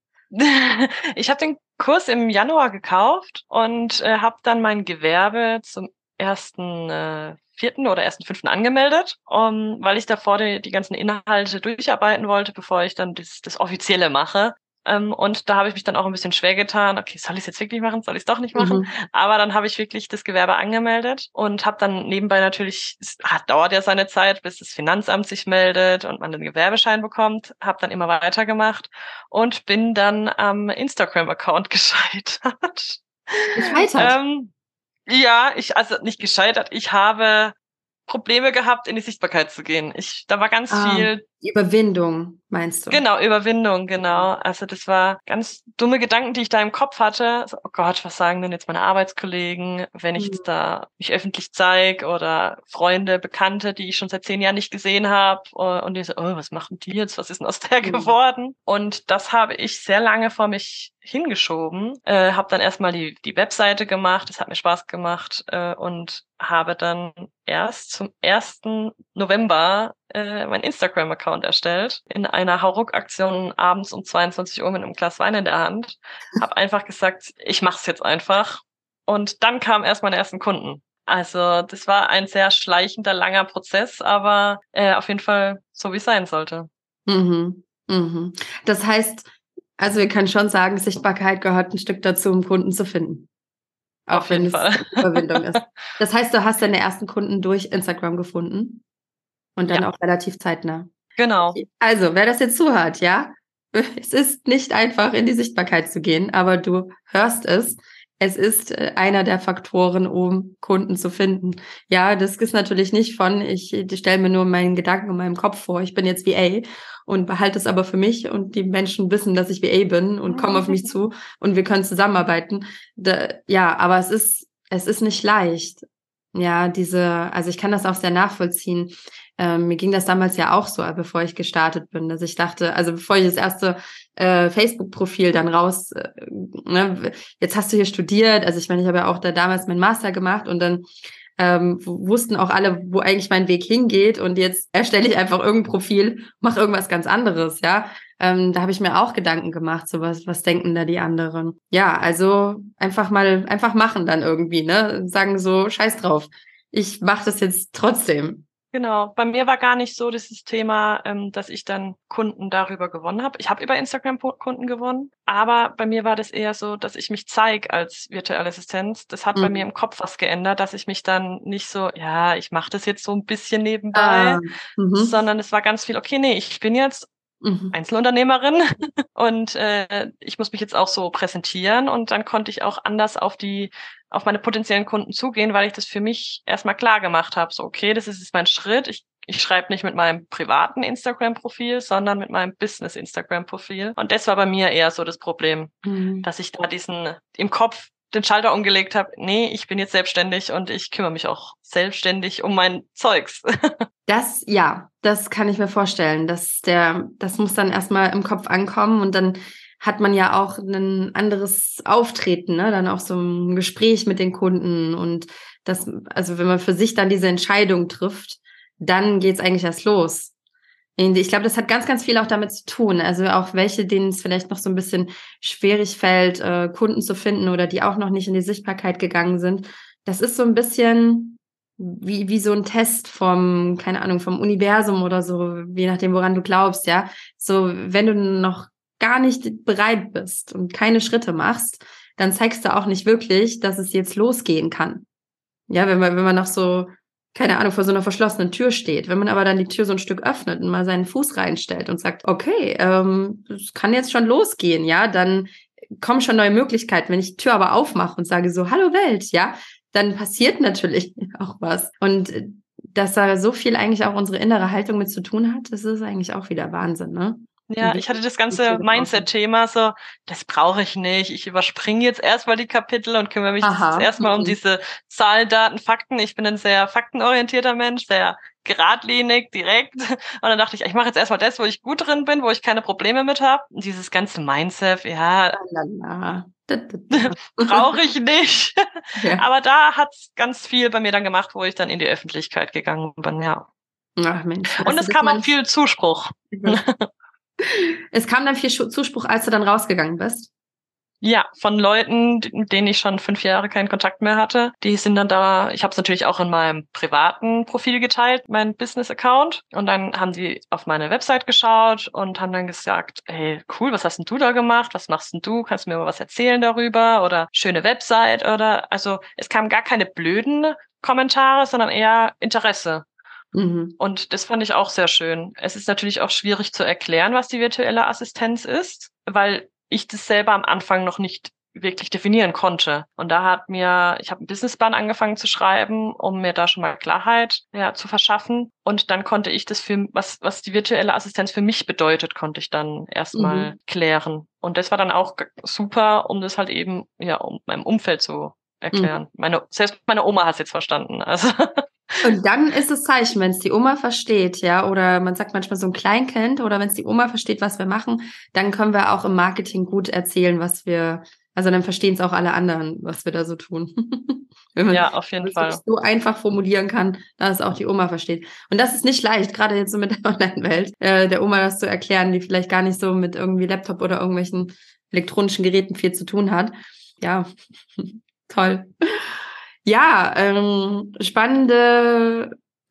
S2: ich habe den Kurs im Januar gekauft und äh, habe dann mein Gewerbe zum ersten äh, vierten oder ersten fünften angemeldet, um, weil ich davor die, die ganzen Inhalte durcharbeiten wollte, bevor ich dann das, das Offizielle mache. Ähm, und da habe ich mich dann auch ein bisschen schwer getan. Okay, soll ich es jetzt wirklich machen? Soll ich es doch nicht machen? Mhm. Aber dann habe ich wirklich das Gewerbe angemeldet und habe dann nebenbei natürlich, es hat, dauert ja seine Zeit, bis das Finanzamt sich meldet und man den Gewerbeschein bekommt. Habe dann immer weitergemacht und bin dann am Instagram-Account gescheitert.
S1: Gescheitert?
S2: ähm, Ja, ich, also nicht gescheitert, ich habe Probleme gehabt, in die Sichtbarkeit zu gehen. Ich, da war ganz
S1: ah,
S2: viel.
S1: Die Überwindung, meinst du?
S2: Genau, Überwindung, genau. Also das war ganz dumme Gedanken, die ich da im Kopf hatte. So, oh Gott, was sagen denn jetzt meine Arbeitskollegen, wenn ich jetzt da mich öffentlich zeige oder Freunde, Bekannte, die ich schon seit zehn Jahren nicht gesehen habe und die so, oh, was machen die jetzt? Was ist denn aus der mhm. geworden? Und das habe ich sehr lange vor mich hingeschoben, äh, habe dann erstmal die die Webseite gemacht, das hat mir Spaß gemacht äh, und habe dann erst zum ersten November äh, mein Instagram-Account erstellt, in einer Hauruck-Aktion abends um zweiundzwanzig Uhr mit einem Glas Wein in der Hand, habe einfach gesagt, ich mach's jetzt einfach und dann kamen erst meine ersten Kunden. Also das war ein sehr schleichender, langer Prozess, aber äh, auf jeden Fall so, wie es sein sollte.
S1: Mhm. Mhm. Das heißt, also wir können schon sagen, Sichtbarkeit gehört ein Stück dazu, um Kunden zu finden. Auch
S2: Auf
S1: wenn
S2: jeden
S1: es
S2: Fall.
S1: eine Überwindung ist. Das heißt, du hast deine ersten Kunden durch Instagram gefunden und dann
S2: Ja,
S1: auch relativ zeitnah.
S2: genau.
S1: Okay. Also, wer das jetzt zuhört, ja, es ist nicht einfach, in die Sichtbarkeit zu gehen, aber du hörst es. Es ist äh, einer der Faktoren, um Kunden zu finden. Ja, das ist natürlich nicht von, ich, ich stelle mir nur meinen Gedanken in meinem Kopf vor, ich bin jetzt V A und behalte es aber für mich und die Menschen wissen, dass ich V A bin und kommen auf mich zu und wir können zusammenarbeiten. Da, ja, aber es ist, es ist nicht leicht. Ja, diese, also ich kann das auch sehr nachvollziehen. Ähm, mir ging das damals ja auch so, bevor ich gestartet bin, dass ich dachte, also bevor ich das erste äh, Facebook-Profil dann raus, äh, ne, jetzt hast du hier studiert, also ich meine, ich habe ja auch da damals meinen Master gemacht und dann ähm, wussten auch alle, wo eigentlich mein Weg hingeht und jetzt erstelle ich einfach irgendein Profil, mache irgendwas ganz anderes, ja. Ähm, da habe ich mir auch Gedanken gemacht, so was, was denken da die anderen? Ja, also einfach mal, einfach machen dann irgendwie, ne? Sagen so, scheiß drauf. Ich mache das jetzt trotzdem.
S2: Genau. Bei mir war gar nicht so dieses Thema, ähm, dass ich dann Kunden darüber gewonnen habe. Ich habe über Instagram Kunden gewonnen, aber bei mir war das eher so, dass ich mich zeige als virtuelle Assistenz. Das hat
S1: Mhm.
S2: bei mir im Kopf was geändert, dass ich mich dann nicht so, ja, ich mache das jetzt so ein bisschen nebenbei,
S1: Ah, mhm.
S2: sondern es war ganz viel, okay, nee, ich bin jetzt
S1: Mhm.
S2: Einzelunternehmerin und äh, ich muss mich jetzt auch so präsentieren und dann konnte ich auch anders auf die auf meine potenziellen Kunden zugehen, weil ich das für mich erstmal klar gemacht habe. So, okay, das ist jetzt mein Schritt. Ich ich schreibe nicht mit meinem privaten Instagram-Profil, sondern mit meinem Business-Instagram-Profil. Und das war bei mir eher so das Problem,
S1: Mhm.
S2: dass ich da diesen im Kopf den Schalter umgelegt habe. Nee, ich bin jetzt selbstständig und ich kümmere mich auch selbstständig um mein Zeugs.
S1: Das, ja, das kann ich mir vorstellen. dass der, das muss dann erstmal im Kopf ankommen und dann hat man ja auch ein anderes Auftreten, ne? Dann auch so ein Gespräch mit den Kunden und das, also wenn man für sich dann diese Entscheidung trifft, dann geht's eigentlich erst los. Und ich glaube, das hat ganz, ganz viel auch damit zu tun. Also auch welche, denen es vielleicht noch so ein bisschen schwierig fällt, äh, Kunden zu finden oder die auch noch nicht in die Sichtbarkeit gegangen sind. Das ist so ein bisschen wie, wie so ein Test vom, keine Ahnung, vom Universum oder so, je nachdem, woran du glaubst, ja. So, wenn du noch gar nicht bereit bist und keine Schritte machst, dann zeigst du auch nicht wirklich, dass es jetzt losgehen kann. Ja, wenn man, wenn man noch so, keine Ahnung, vor so einer verschlossenen Tür steht. Wenn man aber dann die Tür so ein Stück öffnet und mal seinen Fuß reinstellt und sagt, okay, ähm, es kann jetzt schon losgehen, ja, dann kommen schon neue Möglichkeiten. Wenn ich die Tür aber aufmache und sage so, hallo Welt, ja, dann passiert natürlich auch was. Und äh, dass da so viel eigentlich auch unsere innere Haltung mit zu tun hat, das ist eigentlich auch wieder Wahnsinn, ne?
S2: Ja, ich hatte das ganze Mindset-Thema so, das brauche ich nicht. Ich überspringe jetzt erstmal die Kapitel und kümmere mich
S1: Aha.
S2: jetzt erstmal um
S1: Mhm.
S2: diese Zahlen, Daten, Fakten. Ich bin ein sehr faktenorientierter Mensch, sehr geradlinig, direkt. Und dann dachte ich, ich mache jetzt erstmal das, wo ich gut drin bin, wo ich keine Probleme mit habe. Und dieses ganze Mindset, ja,
S1: Lalala. Da, da, da.
S2: brauche ich nicht.
S1: Ja.
S2: Aber da hat's ganz viel bei mir dann gemacht, wo ich dann in die Öffentlichkeit gegangen bin, ja.
S1: Ach Mensch.
S2: Und
S1: also
S2: es
S1: das
S2: kam
S1: man-
S2: auch viel Zuspruch.
S1: Es kam dann viel Schu- Zuspruch, als du dann rausgegangen bist.
S2: Ja, von Leuten, mit denen ich schon fünf Jahre keinen Kontakt mehr hatte. Die sind dann da, ich habe es natürlich auch in meinem privaten Profil geteilt, mein Business-Account. Und dann haben die auf meine Website geschaut und haben dann gesagt, hey, cool, was hast denn du da gemacht? Was machst denn du? Kannst du mir mal was erzählen darüber? Oder schöne Website oder, also es kamen gar keine blöden Kommentare, sondern eher Interesse.
S1: Mhm.
S2: Und das fand ich auch sehr schön. Es ist natürlich auch schwierig zu erklären, was die virtuelle Assistenz ist, weil ich das selber am Anfang noch nicht wirklich definieren konnte. Und da hat mir, ich habe einen Businessplan angefangen zu schreiben, um mir da schon mal Klarheit ja, zu verschaffen. Und dann konnte ich das für, was, was die virtuelle Assistenz für mich bedeutet, konnte ich dann erstmal
S1: Mhm.
S2: klären. Und das war dann auch super, um das halt eben, ja, um meinem Umfeld zu erklären.
S1: Mhm.
S2: Meine, selbst meine Oma hat es jetzt verstanden. Also.
S1: Und dann ist es Zeichen, wenn es die Oma versteht, ja, oder man sagt manchmal so ein Kleinkind, oder wenn es die Oma versteht, was wir machen, dann können wir auch im Marketing gut erzählen, was wir, also dann verstehen es auch alle anderen, was wir da so tun. Wenn man
S2: Ja, auf jeden
S1: das
S2: Fall.
S1: so einfach formulieren kann, dass es auch die Oma versteht. Und das ist nicht leicht, gerade jetzt so mit der Online-Welt, äh, der Oma das zu erklären, die vielleicht gar nicht so mit irgendwie Laptop oder irgendwelchen elektronischen Geräten viel zu tun hat. Ja, toll. Ja, ähm, spannende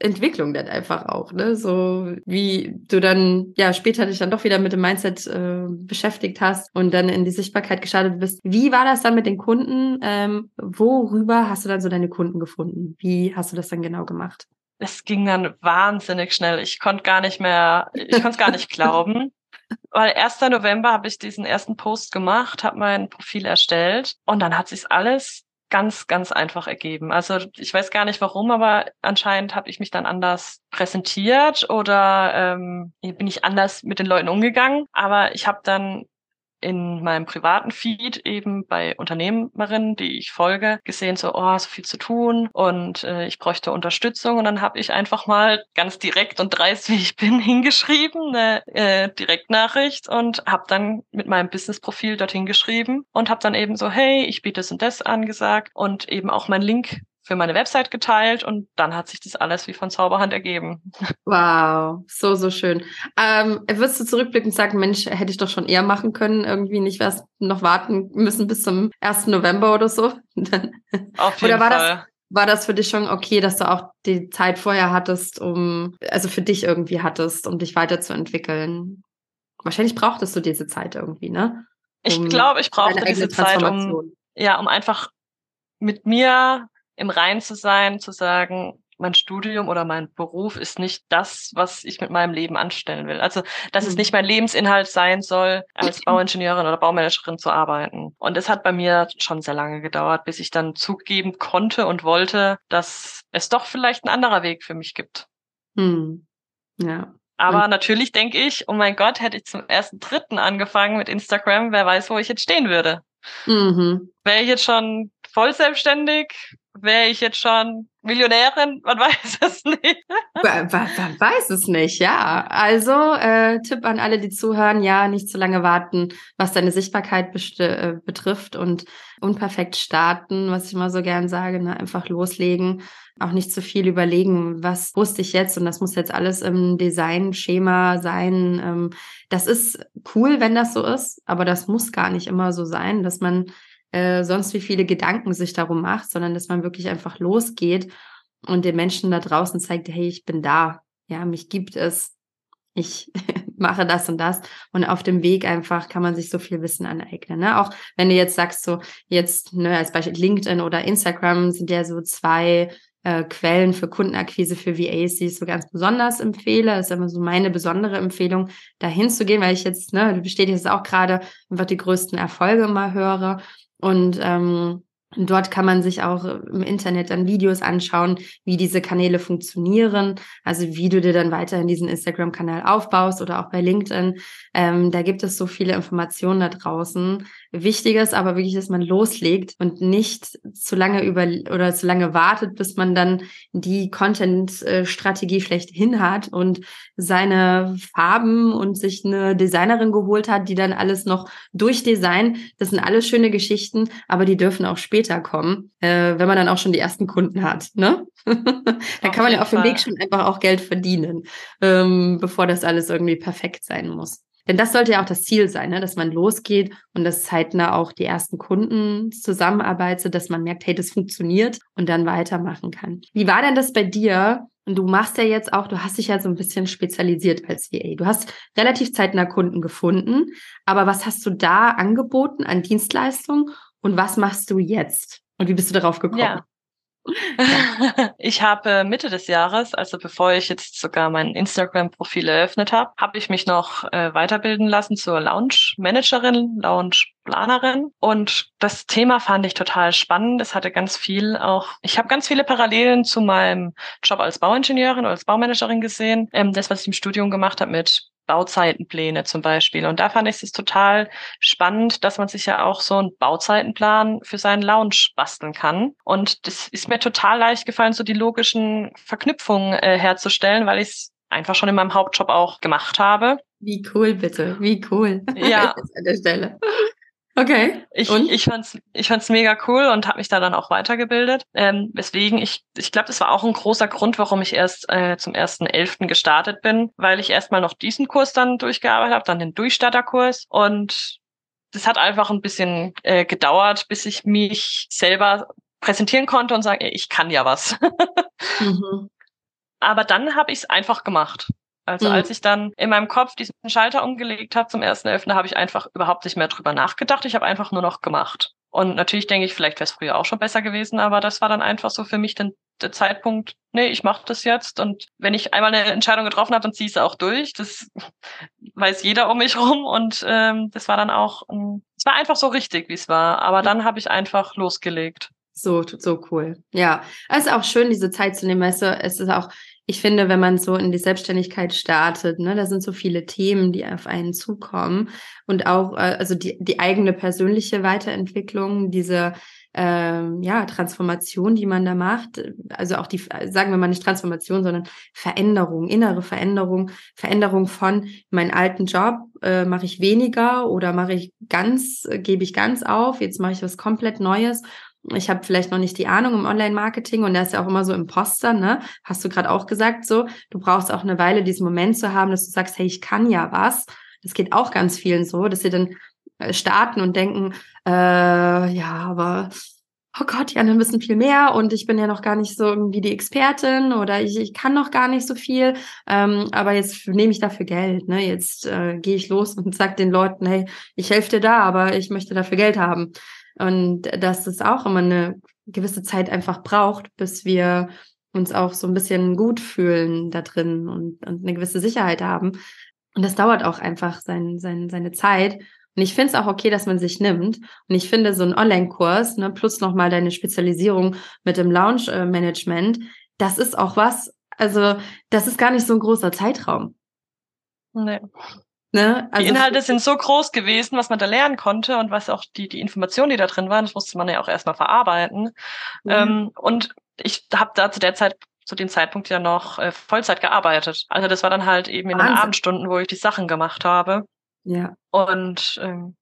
S1: Entwicklung dann einfach auch, ne? So wie du dann ja später dich dann doch wieder mit dem Mindset äh, beschäftigt hast und dann in die Sichtbarkeit gestartet bist. Wie war das dann mit den Kunden? Ähm, worüber hast du dann so deine Kunden gefunden? Wie hast du das dann genau gemacht?
S2: Es ging dann wahnsinnig schnell. Ich konnte gar nicht mehr, ich konnte es gar nicht glauben. Weil erster November habe ich diesen ersten Post gemacht, habe mein Profil erstellt und dann hat sich alles ganz, ganz einfach ergeben. Also ich weiß gar nicht warum, aber anscheinend habe ich mich dann anders präsentiert oder ähm, bin ich anders mit den Leuten umgegangen. Aber ich habe dann in meinem privaten Feed eben bei Unternehmerinnen, die ich folge, gesehen, so, oh, so viel zu tun und äh, ich bräuchte Unterstützung. Und dann habe ich einfach mal ganz direkt und dreist, wie ich bin, hingeschrieben, eine äh, Direktnachricht und habe dann mit meinem Business-Profil dorthin geschrieben und habe dann eben so, hey, ich biete das und das angesagt und eben auch meinen Link für meine Website geteilt und dann hat sich das alles wie von Zauberhand ergeben.
S1: Wow, so, so schön. Ähm, wirst du zurückblickend sagen, Mensch, hätte ich doch schon eher machen können, irgendwie nicht erst noch warten müssen bis zum ersten November oder so?
S2: Auf jeden
S1: Oder war
S2: Fall.
S1: das, war das für dich schon okay, dass du auch die Zeit vorher hattest, um, also für dich irgendwie hattest, um dich weiterzuentwickeln? Wahrscheinlich brauchtest du diese Zeit irgendwie, ne?
S2: Ich
S1: Um
S2: glaube, ich
S1: deine
S2: brauchte
S1: eigene
S2: diese Zeit, um,
S1: Transformation.
S2: ja, um einfach mit mir im Reinen zu sein, zu sagen, mein Studium oder mein Beruf ist nicht das, was ich mit meinem Leben anstellen will. Also, dass es
S1: Hm.
S2: nicht mein Lebensinhalt sein soll, als Bauingenieurin oder Baumanagerin zu arbeiten. Und es hat bei mir schon sehr lange gedauert, bis ich dann zugeben konnte und wollte, dass es doch vielleicht ein anderer Weg für mich gibt.
S1: Hm. Ja.
S2: Aber natürlich denke ich, oh mein Gott, hätte ich zum ersten Dritten angefangen mit Instagram, wer weiß, wo ich jetzt stehen würde.
S1: Mhm.
S2: Wäre ich jetzt schon voll selbstständig? Wäre ich jetzt schon Millionärin? Man weiß es nicht.
S1: Man weiß es nicht, ja. Also äh, Tipp an alle, die zuhören, ja, nicht zu lange warten, was deine Sichtbarkeit äh, betrifft und unperfekt starten, was ich immer so gern sage, ne? Einfach loslegen, auch nicht zu viel überlegen, was wusste ich jetzt und das muss jetzt alles im Designschema sein. Ähm, das ist cool, wenn das so ist, aber das muss gar nicht immer so sein, dass man äh, sonst wie viele Gedanken sich darum macht, sondern dass man wirklich einfach losgeht und den Menschen da draußen zeigt, hey, ich bin da, ja, mich gibt es, ich mache das und das und auf dem Weg einfach kann man sich so viel Wissen aneignen, ne? Auch wenn du jetzt sagst, so jetzt, ne, als Beispiel LinkedIn oder Instagram sind ja so zwei äh, Quellen für Kundenakquise für V As, die ich so ganz besonders empfehle. Das ist immer so meine besondere Empfehlung, da hinzugehen, weil ich jetzt, ne, du bestätigst es auch gerade, einfach die größten Erfolge mal höre und ähm, dort kann man sich auch im Internet dann Videos anschauen, wie diese Kanäle funktionieren, also wie du dir dann weiterhin diesen Instagram-Kanal aufbaust oder auch bei LinkedIn. Ähm, da gibt es so viele Informationen da draußen. Wichtig ist aber wirklich, dass man loslegt und nicht zu lange über oder zu lange wartet, bis man dann die Content-Strategie schlechthin hat und seine Farben und sich eine Designerin geholt hat, die dann alles noch durchdesignt. Das sind alles schöne Geschichten, aber die dürfen auch später kommen, äh, wenn man dann auch schon die ersten Kunden hat, ne? Da kann man ja auf dem Weg schon einfach auch Geld verdienen, ähm, bevor das alles irgendwie perfekt sein muss. Denn das sollte ja auch das Ziel sein, ne? Dass man losgeht und dass zeitnah auch die ersten Kunden zusammenarbeitet, dass man merkt, hey, das funktioniert und dann weitermachen kann. Wie war denn das bei dir? Und du machst ja jetzt auch, du hast dich ja so ein bisschen spezialisiert als V A. Du hast relativ zeitnah Kunden gefunden, aber was hast du da angeboten an Dienstleistungen und was machst du jetzt? Und wie bist du darauf gekommen?
S2: Ja. Ich habe Mitte des Jahres, also bevor ich jetzt sogar mein Instagram-Profil eröffnet habe, habe ich mich noch äh, weiterbilden lassen zur Launch-Managerin, Launch-Planerin. Und das Thema fand ich total spannend. Es hatte ganz viel auch, ich habe ganz viele Parallelen zu meinem Job als Bauingenieurin oder als Baumanagerin gesehen. Ähm, das, was ich im Studium gemacht habe mit Bauzeitenpläne zum Beispiel. Und da fand ich es total spannend, dass man sich ja auch so einen Bauzeitenplan für seinen Lounge basteln kann. Und das ist mir total leicht gefallen, so die logischen Verknüpfungen äh, herzustellen, weil ich es einfach schon in meinem Hauptjob auch gemacht habe.
S1: Wie cool, bitte. Wie cool.
S2: Ja.
S1: An der Stelle. Okay.
S2: Ich,
S1: und?
S2: ich fand's, ich fand's mega cool und habe mich da dann auch weitergebildet. Ähm, weswegen ich, ich glaube, das war auch ein großer Grund, warum ich erst äh, zum ersten elften gestartet bin, weil ich erstmal noch diesen Kurs dann durchgearbeitet habe, dann den Durchstarterkurs und das hat einfach ein bisschen äh, gedauert, bis ich mich selber präsentieren konnte und sagen, ey, ich kann ja was.
S1: Mhm.
S2: aber dann habe ich es einfach gemacht. Also
S1: Mhm.
S2: als ich dann in meinem Kopf diesen Schalter umgelegt habe zum ersten elften, da habe ich einfach überhaupt nicht mehr drüber nachgedacht. Ich habe einfach nur noch gemacht. Und natürlich denke ich, vielleicht wäre es früher auch schon besser gewesen, aber das war dann einfach so für mich dann der Zeitpunkt, nee, ich mache das jetzt. Und wenn ich einmal eine Entscheidung getroffen habe, dann ziehe ich sie auch durch. Das weiß jeder um mich rum. Und ähm, das war dann auch, ähm, es war einfach so richtig, wie es war. Aber dann habe ich einfach losgelegt.
S1: So, so cool. Ja, es ist auch schön, diese Zeit zu nehmen. Weißt du, es ist auch, ich finde, wenn man so in die Selbstständigkeit startet, ne, da sind so viele Themen, die auf einen zukommen und auch, äh, also die, die eigene persönliche Weiterentwicklung, diese, ähm, ja, Transformation, die man da macht, also auch die, sagen wir mal nicht Transformation, sondern Veränderung, innere Veränderung, Veränderung von meinem alten Job, äh, mache ich weniger oder mache ich ganz, äh, gebe ich ganz auf, jetzt mache ich was komplett Neues. Ich habe vielleicht noch nicht die Ahnung im Online-Marketing und da ist ja auch immer so Imposter, ne? Hast du gerade auch gesagt so. Du brauchst auch eine Weile, diesen Moment zu haben, dass du sagst, hey, ich kann ja was. Das geht auch ganz vielen so, dass sie dann äh, starten und denken, äh, ja, aber oh Gott, die anderen wissen viel mehr und ich bin ja noch gar nicht so irgendwie die Expertin oder ich, ich kann noch gar nicht so viel, ähm, aber jetzt nehme ich dafür Geld, ne? Jetzt äh, gehe ich los und sag den Leuten, hey, ich helfe dir da, aber ich möchte dafür Geld haben. Und dass es auch immer eine gewisse Zeit einfach braucht, bis wir uns auch so ein bisschen gut fühlen da drin und, und eine gewisse Sicherheit haben. Und das dauert auch einfach sein, sein, seine Zeit. Und ich finde es auch okay, dass man sich nimmt. Und ich finde, so ein Online-Kurs, ne, plus nochmal deine Spezialisierung mit dem Launch-Management, das ist auch was, also das ist gar nicht so ein großer Zeitraum.
S2: Nee.
S1: Ne? Also
S2: die Inhalte sind so groß gewesen, was man da lernen konnte und was auch die, die Informationen, die da drin waren, das musste man ja auch erstmal verarbeiten.
S1: ja.
S2: Ähm, und ich habe da zu der Zeit, zu dem Zeitpunkt ja noch äh, Vollzeit gearbeitet. Also das war dann halt eben in
S1: Wahnsinn.
S2: den Abendstunden, wo ich die Sachen gemacht habe.
S1: Ja.
S2: Und ähm,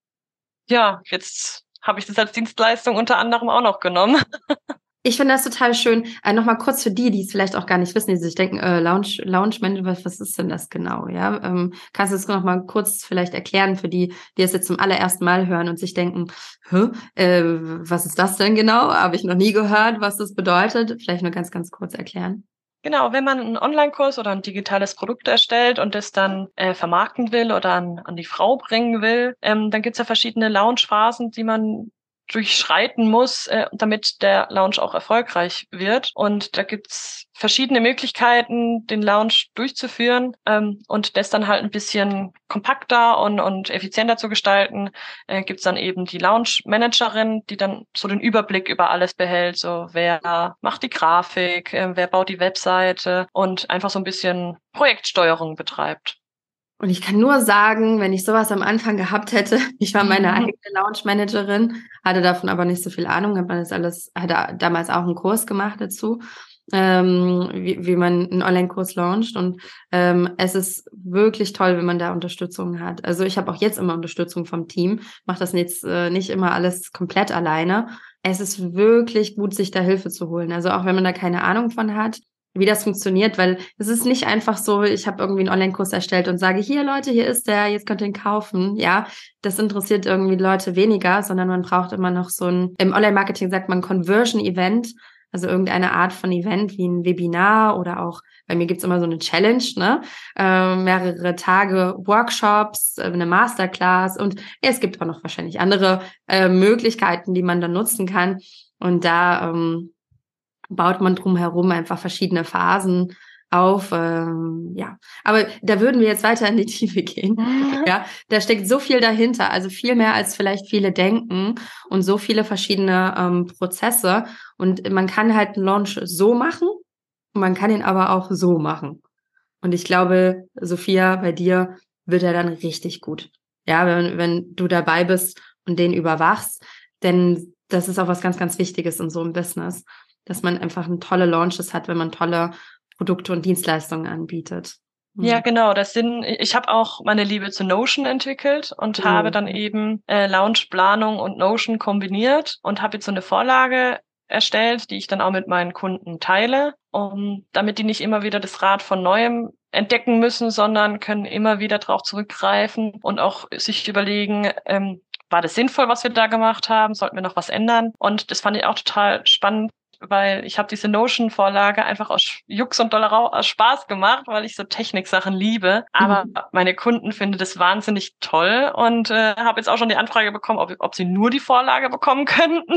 S2: ja, jetzt habe ich das als Dienstleistung unter anderem auch noch genommen.
S1: Ich finde das total schön. Äh, Nochmal kurz für die, die es vielleicht auch gar nicht wissen, die sich denken, äh, Lounge, Lounge Management, was, was ist denn das genau? Ja, ähm, kannst du das nochmal kurz vielleicht erklären für die, die es jetzt zum allerersten Mal hören und sich denken, hä, äh, was ist das denn genau? Habe ich noch nie gehört, was das bedeutet. Vielleicht nur ganz, ganz kurz erklären.
S2: Genau, wenn man einen Online-Kurs oder ein digitales Produkt erstellt und das dann äh, vermarkten will oder an, an die Frau bringen will, ähm, dann gibt's ja verschiedene Launch-Phasen, die man durchschreiten muss, äh, damit der Launch auch erfolgreich wird. Und da gibt's verschiedene Möglichkeiten, den Launch durchzuführen ähm, und das dann halt ein bisschen kompakter und, und effizienter zu gestalten. Äh, gibt's dann eben die Launch-Managerin, die dann so den Überblick über alles behält, so wer macht die Grafik, äh, wer baut die Webseite und einfach so ein bisschen Projektsteuerung betreibt.
S1: Und ich kann nur sagen, wenn ich sowas am Anfang gehabt hätte, ich war meine eigene Launch-Managerin, hatte davon aber nicht so viel Ahnung, hat man das alles, hatte damals auch einen Kurs gemacht dazu, ähm, wie, wie man einen Online-Kurs launcht. Und ähm, es ist wirklich toll, wenn man da Unterstützung hat. Also ich habe auch jetzt immer Unterstützung vom Team, mache das jetzt äh, nicht immer alles komplett alleine. Es ist wirklich gut, sich da Hilfe zu holen. Also auch wenn man da keine Ahnung von hat, wie das funktioniert, weil es ist nicht einfach so, ich habe irgendwie einen Online-Kurs erstellt und sage, hier Leute, hier ist der, jetzt könnt ihr ihn kaufen. Ja, das interessiert irgendwie Leute weniger, sondern man braucht immer noch so ein, im Online-Marketing sagt man Conversion-Event, also irgendeine Art von Event wie ein Webinar oder auch, bei mir gibt's immer so eine Challenge, ne, äh, mehrere Tage Workshops, äh, eine Masterclass und ja, es gibt auch noch wahrscheinlich andere äh, Möglichkeiten, die man dann nutzen kann und da ähm, baut man drumherum einfach verschiedene Phasen auf. Ähm, ja, aber da würden wir jetzt weiter in die Tiefe gehen. Ja, da steckt so viel dahinter, also viel mehr als vielleicht viele denken und so viele verschiedene ähm, Prozesse. Und man kann halt einen Launch so machen und man kann ihn aber auch so machen. Und ich glaube, Sophia, bei dir wird er dann richtig gut. Ja, wenn, wenn du dabei bist und den überwachst, denn das ist auch was ganz, ganz Wichtiges in so einem Business, dass man einfach tolle Launches hat, wenn man tolle Produkte und Dienstleistungen anbietet.
S2: Ja, genau. Das sind, ich habe auch meine Liebe zu Notion entwickelt und
S1: Oh.
S2: habe dann eben äh, Launchplanung und Notion kombiniert und habe jetzt so eine Vorlage erstellt, die ich dann auch mit meinen Kunden teile, um damit die nicht immer wieder das Rad von Neuem entdecken müssen, sondern können immer wieder drauf zurückgreifen und auch sich überlegen, ähm, war das sinnvoll, was wir da gemacht haben? Sollten wir noch was ändern? Und das fand ich auch total spannend, weil ich habe diese Notion-Vorlage einfach aus Jux und Dollerau aus Spaß gemacht, weil ich so Techniksachen liebe. Aber mhm. meine Kunden finden das wahnsinnig toll und äh, habe jetzt auch schon die Anfrage bekommen, ob, ob sie nur die Vorlage bekommen könnten.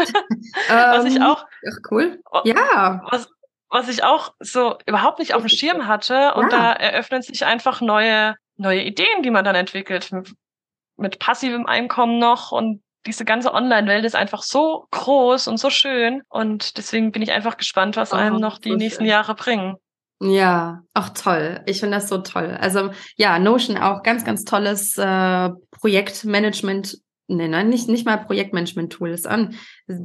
S2: was ich auch...
S1: Ach, cool. Ja.
S2: Was, was ich auch so überhaupt nicht auf dem Schirm hatte. Und ja. da eröffnen sich einfach neue, neue Ideen, die man dann entwickelt. Mit, mit passivem Einkommen noch. Und diese ganze Online-Welt ist einfach so groß und so schön. Und deswegen bin ich einfach gespannt, was oh, einem noch die so nächsten schön. Jahre bringen.
S1: Ja, auch toll. Ich finde das so toll. Also ja, Notion auch ganz, ganz tolles äh, Projektmanagement. Nee, nein, nicht, nicht mal Projektmanagement-Tool. Ist an,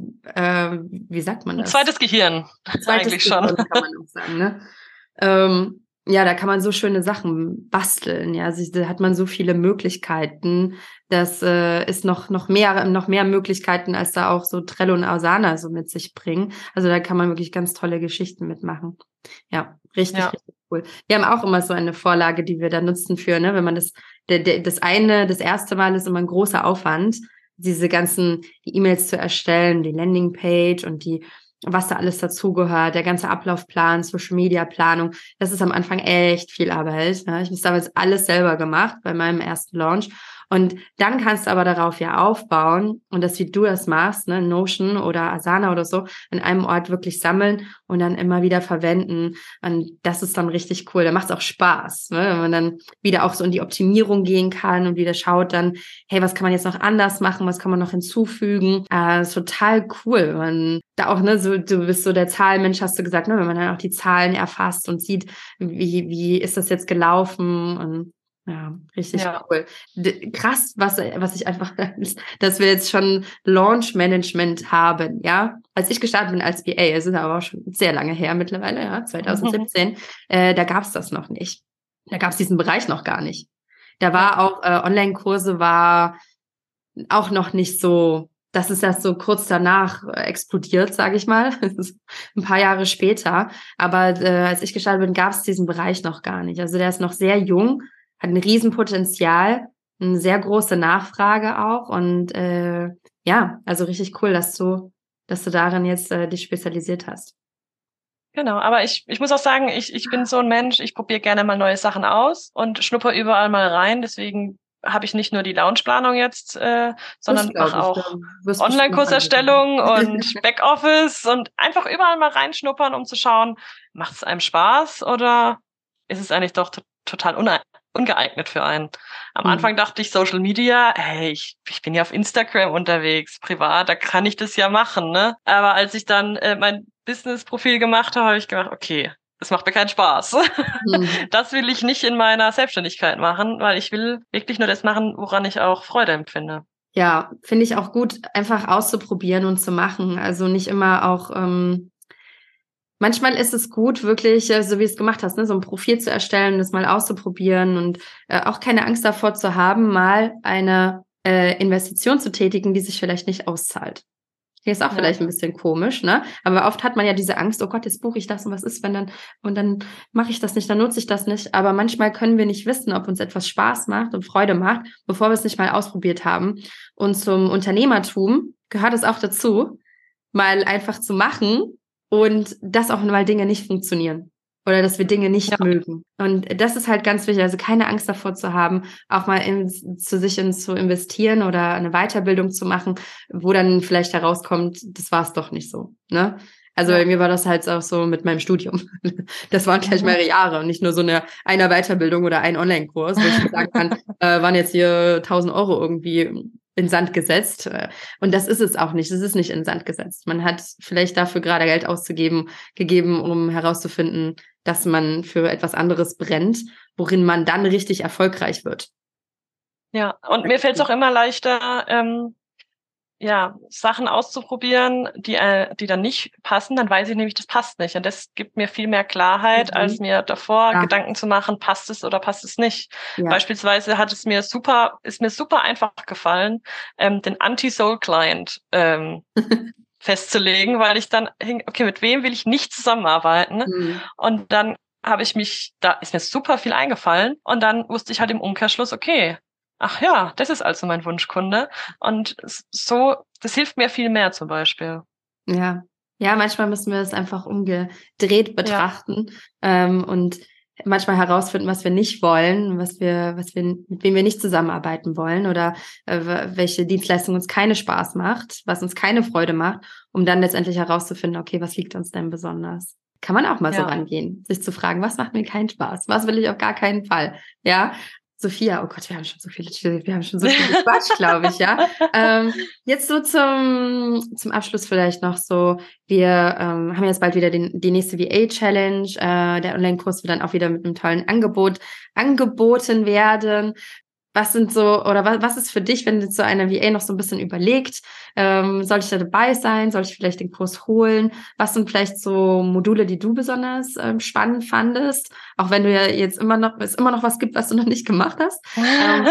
S1: äh, wie sagt man das?
S2: Ein zweites Gehirn.
S1: Ein zweites eigentlich Gehirn, schon. Kann man auch sagen, ne? Ähm, ja, da kann man so schöne Sachen basteln. Ja, also, da hat man so viele Möglichkeiten. Das äh, ist noch, noch mehr, noch mehr Möglichkeiten, als da auch so Trello und Asana so mit sich bringen. Also da kann man wirklich ganz tolle Geschichten mitmachen. Ja, richtig, ja. richtig cool. Wir haben auch immer so eine Vorlage, die wir da nutzen für, ne, wenn man das, der, der, das eine, das erste Mal ist immer ein großer Aufwand, diese ganzen, die E-Mails zu erstellen, die Landingpage und die, was da alles dazugehört, der ganze Ablaufplan, Social-Media-Planung, das ist am Anfang echt viel Arbeit. Ne? Ich habe das damals alles selber gemacht bei meinem ersten Launch. Und dann kannst du aber darauf ja aufbauen und das, wie du das machst, ne, Notion oder Asana oder so, an einem Ort wirklich sammeln und dann immer wieder verwenden. Und das ist dann richtig cool. Da macht es auch Spaß, ne, wenn man dann wieder auch so in die Optimierung gehen kann und wieder schaut dann, hey, was kann man jetzt noch anders machen? Was kann man noch hinzufügen? Äh, ist total cool. Man da auch, ne, so, du bist so der Zahlenmensch, hast du gesagt, ne, wenn man dann auch die Zahlen erfasst und sieht, wie, wie ist das jetzt gelaufen und ja, richtig ja. cool. D- krass, was, was ich einfach, dass wir jetzt schon Launch-Management haben, ja. Als ich gestartet bin als B A, es ist aber auch schon sehr lange her mittlerweile, ja, zwanzig siebzehn, mhm. äh, da gab es das noch nicht. Da gab es diesen Bereich noch gar nicht. Da war ja. auch, äh, Online-Kurse war auch noch nicht so, das ist erst so kurz danach äh, explodiert, sage ich mal. Ein paar Jahre später. Aber äh, als ich gestartet bin, gab es diesen Bereich noch gar nicht. Also der ist noch sehr jung, hat ein Riesenpotenzial, eine sehr große Nachfrage auch und äh, ja, also richtig cool, dass du, dass du darin jetzt äh, dich spezialisiert hast.
S2: Genau, aber ich, ich muss auch sagen, ich, ich bin so ein Mensch, ich probiere gerne mal neue Sachen aus und schnupper überall mal rein, deswegen habe ich nicht nur die Launchplanung jetzt, äh, sondern mache auch Online-Kurserstellung und Backoffice und einfach überall mal reinschnuppern, um zu schauen, macht es einem Spaß oder ist es eigentlich doch t- total une- ungeeignet für einen. Am mhm. Anfang dachte ich, Social Media, hey, ich, ich bin ja auf Instagram unterwegs, privat, da kann ich das ja machen, ne? Aber als ich dann äh, mein Business-Profil gemacht habe, habe ich gedacht, okay, das macht mir keinen Spaß. Mhm. Das will ich nicht in meiner Selbstständigkeit machen, weil ich will wirklich nur das machen, woran ich auch Freude empfinde.
S1: Ja, finde ich auch gut, einfach auszuprobieren und zu machen. Also nicht immer auch... Ähm Manchmal ist es gut, wirklich, so wie du es gemacht hast, ne, so ein Profil zu erstellen, das mal auszuprobieren und äh, auch keine Angst davor zu haben, mal eine äh, Investition zu tätigen, die sich vielleicht nicht auszahlt. Hier ist auch ja. vielleicht ein bisschen komisch, ne? Aber oft hat man ja diese Angst, oh Gott, jetzt buche ich das und was ist, wenn dann, und dann mache ich das nicht, dann nutze ich das nicht. Aber manchmal können wir nicht wissen, ob uns etwas Spaß macht und Freude macht, bevor wir es nicht mal ausprobiert haben. Und zum Unternehmertum gehört es auch dazu, mal einfach zu machen, und dass auch mal Dinge nicht funktionieren oder dass wir Dinge nicht ja. mögen. Und das ist halt ganz wichtig, also keine Angst davor zu haben, auch mal in, zu sich in, zu investieren oder eine Weiterbildung zu machen, wo dann vielleicht herauskommt, das war es doch nicht so. Ne? Also ja. bei mir war das halt auch so mit meinem Studium. Das waren gleich mehrere Jahre und nicht nur so eine einer Weiterbildung oder ein Online-Kurs, wo ich sagen kann, äh, waren jetzt hier tausend Euro irgendwie in Sand gesetzt. Und das ist es auch nicht. Es ist nicht in Sand gesetzt. Man hat vielleicht dafür gerade Geld auszugeben, gegeben, um herauszufinden, dass man für etwas anderes brennt, worin man dann richtig erfolgreich wird.
S2: Ja, und mir fällt es auch immer leichter, ähm, ja, Sachen auszuprobieren, die, äh, die dann nicht passen. Dann weiß ich nämlich, das passt nicht. Und das gibt mir viel mehr Klarheit, mhm. als mir davor ja. Gedanken zu machen, passt es oder passt es nicht. Ja. Beispielsweise hat es mir super, ist mir super einfach gefallen, ähm, den Anti-Soul-Client ähm, festzulegen, weil ich dann hing, okay, mit wem will ich nicht zusammenarbeiten? Mhm. Und dann habe ich mich, da ist mir super viel eingefallen. Und dann wusste ich halt im Umkehrschluss, okay, ach ja, das ist also mein Wunschkunde. Und so, das hilft mir viel mehr zum Beispiel.
S1: Ja, Ja, manchmal müssen wir es einfach umgedreht betrachten, ja. ähm, und manchmal herausfinden, was wir nicht wollen, was wir, was wir, mit wem wir nicht zusammenarbeiten wollen oder äh, welche Dienstleistung uns keine Spaß macht, was uns keine Freude macht, um dann letztendlich herauszufinden, okay, was liegt uns denn besonders? Kann man auch mal ja. so rangehen, sich zu fragen, was macht mir keinen Spaß? Was will ich auf gar keinen Fall? Ja. Sophia, oh Gott, wir haben schon so viele, wir haben schon so viel Quatsch, glaube ich, ja. Ähm, jetzt so zum, zum Abschluss vielleicht noch so, wir ähm, haben jetzt bald wieder den, die nächste V A-Challenge, äh, der Online-Kurs wird dann auch wieder mit einem tollen Angebot angeboten werden. Was sind so, oder was, was ist für dich, wenn du zu einer V A noch so ein bisschen überlegt, ähm, soll ich da dabei sein, soll ich vielleicht den Kurs holen? Was sind vielleicht so Module, die du besonders ähm, spannend fandest? Auch wenn du ja jetzt immer noch, es immer noch was gibt, was du noch nicht gemacht hast. ähm,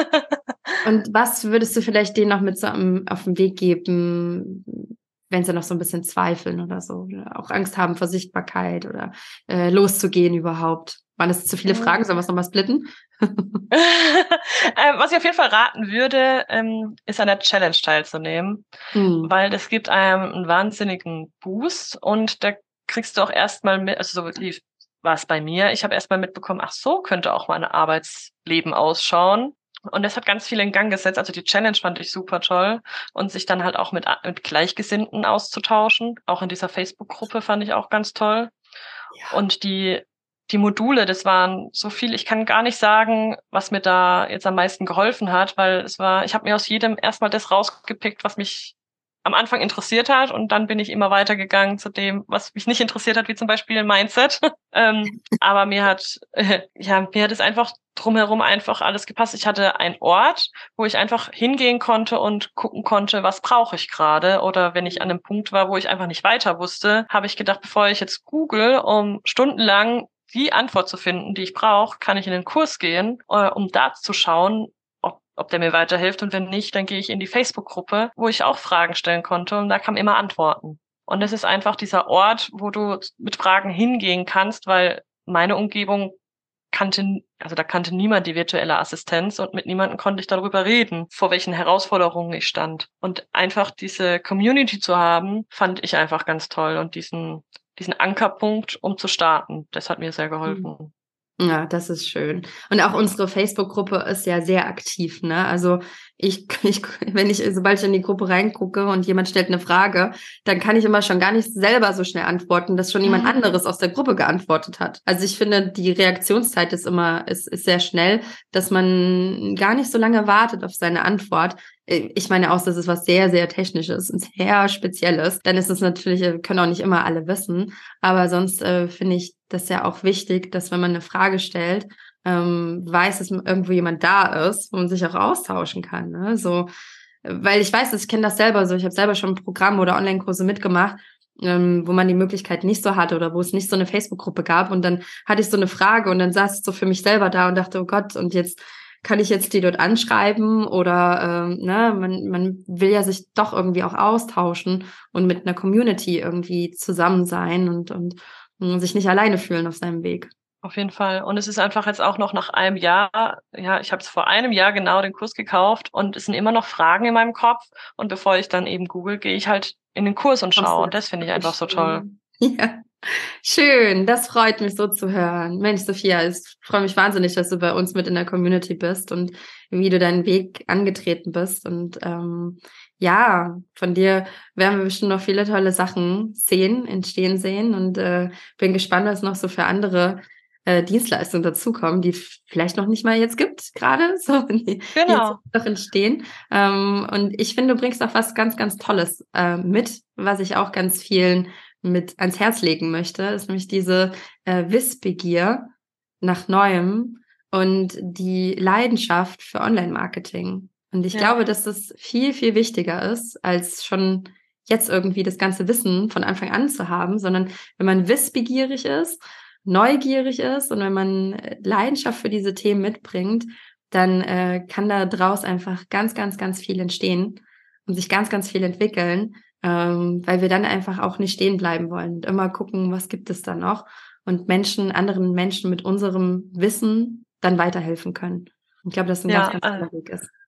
S1: und was würdest du vielleicht denen noch mit so um, auf den Weg geben, wenn sie noch so ein bisschen zweifeln oder so, oder auch Angst haben vor Sichtbarkeit oder äh, loszugehen überhaupt? Waren das zu viele Fragen? Sollen wir es nochmal splitten?
S2: ähm, was ich auf jeden Fall raten würde, ähm, ist an der Challenge teilzunehmen, hm. weil das gibt einem einen wahnsinnigen Boost und da kriegst du auch erstmal mit, also so lief war es bei mir, ich habe erstmal mitbekommen, ach so könnte auch mein Arbeitsleben ausschauen. Und das hat ganz viel in Gang gesetzt. Also die Challenge fand ich super toll und sich dann halt auch mit, mit Gleichgesinnten auszutauschen. Auch in dieser Facebook-Gruppe fand ich auch ganz toll. Ja. Und die Die Module, das waren so viel, ich kann gar nicht sagen, was mir da jetzt am meisten geholfen hat, weil es war, ich habe mir aus jedem erstmal das rausgepickt, was mich am Anfang interessiert hat und dann bin ich immer weitergegangen zu dem, was mich nicht interessiert hat, wie zum Beispiel Mindset. ähm, aber mir hat, äh, ja, mir hat es einfach drumherum einfach alles gepasst. Ich hatte einen Ort, wo ich einfach hingehen konnte und gucken konnte, was brauche ich gerade. Oder wenn ich an einem Punkt war, wo ich einfach nicht weiter wusste, habe ich gedacht, bevor ich jetzt google, um stundenlang die Antwort zu finden, die ich brauche, kann ich in den Kurs gehen, äh, um da zu schauen, ob, ob der mir weiterhilft. Und wenn nicht, dann gehe ich in die Facebook-Gruppe, wo ich auch Fragen stellen konnte und da kamen immer Antworten. Und es ist einfach dieser Ort, wo du mit Fragen hingehen kannst, weil meine Umgebung kannte, also da kannte niemand die virtuelle Assistenz und mit niemandem konnte ich darüber reden, vor welchen Herausforderungen ich stand. Und einfach diese Community zu haben, fand ich einfach ganz toll und diesen diesen Ankerpunkt, um zu starten. Das hat mir sehr geholfen.
S1: Ja, das ist schön. Und auch unsere Facebook-Gruppe ist ja sehr aktiv, ne? Also ich, ich, wenn ich, sobald ich in die Gruppe reingucke und jemand stellt eine Frage, dann kann ich immer schon gar nicht selber so schnell antworten, dass schon jemand anderes aus der Gruppe geantwortet hat. Also ich finde, die Reaktionszeit ist immer, ist, ist sehr schnell, dass man gar nicht so lange wartet auf seine Antwort. Ich meine auch, das ist was sehr, sehr Technisches und sehr Spezielles. Dann ist es natürlich, können auch nicht immer alle wissen. Aber sonst äh, finde ich das ja auch wichtig, dass wenn man eine Frage stellt, ähm, weiß, dass irgendwo jemand da ist, wo man sich auch austauschen kann. Ne? So, weil ich weiß, ich kenne das selber so. Ich habe selber schon Programme oder Online-Kurse mitgemacht, ähm, wo man die Möglichkeit nicht so hatte oder wo es nicht so eine Facebook-Gruppe gab. Und dann hatte ich so eine Frage und dann saß ich so für mich selber da und dachte, oh Gott, und jetzt kann ich jetzt die dort anschreiben oder ähm, ne, man, man will ja sich doch irgendwie auch austauschen und mit einer Community irgendwie zusammen sein und, und, und sich nicht alleine fühlen auf seinem Weg.
S2: Auf jeden Fall. Und es ist einfach jetzt auch noch nach einem Jahr, ja, ich habe es vor einem Jahr genau den Kurs gekauft und es sind immer noch Fragen in meinem Kopf. Und bevor ich dann eben google, gehe ich halt in den Kurs und schaue. Und das finde ich einfach so toll.
S1: Ja. Schön, das freut mich so zu hören. Mensch, Sophia, ich freue mich wahnsinnig, dass du bei uns mit in der Community bist und wie du deinen Weg angetreten bist. Und ähm, ja, von dir werden wir bestimmt noch viele tolle Sachen sehen, entstehen sehen. Und äh, bin gespannt, was noch so für andere äh, Dienstleistungen dazukommen, die es vielleicht noch nicht mal jetzt gibt, gerade so, die
S2: genau.
S1: jetzt noch entstehen. Ähm, und ich finde, du bringst auch was ganz, ganz Tolles äh, mit, was ich auch ganz vielen mit ans Herz legen möchte, ist nämlich diese äh, Wissbegier nach Neuem und die Leidenschaft für Online-Marketing. Und ich ja. glaube, dass das viel, viel wichtiger ist, als schon jetzt irgendwie das ganze Wissen von Anfang an zu haben, sondern wenn man wissbegierig ist, neugierig ist und wenn man Leidenschaft für diese Themen mitbringt, dann äh, kann da draus einfach ganz, ganz, ganz viel entstehen und sich ganz, ganz viel entwickeln. Ähm, weil wir dann einfach auch nicht stehen bleiben wollen und immer gucken, was gibt es da noch und Menschen, anderen Menschen mit unserem Wissen dann weiterhelfen können. Ich glaube, dass das ein ja, ganz, ganz toller Weg ist.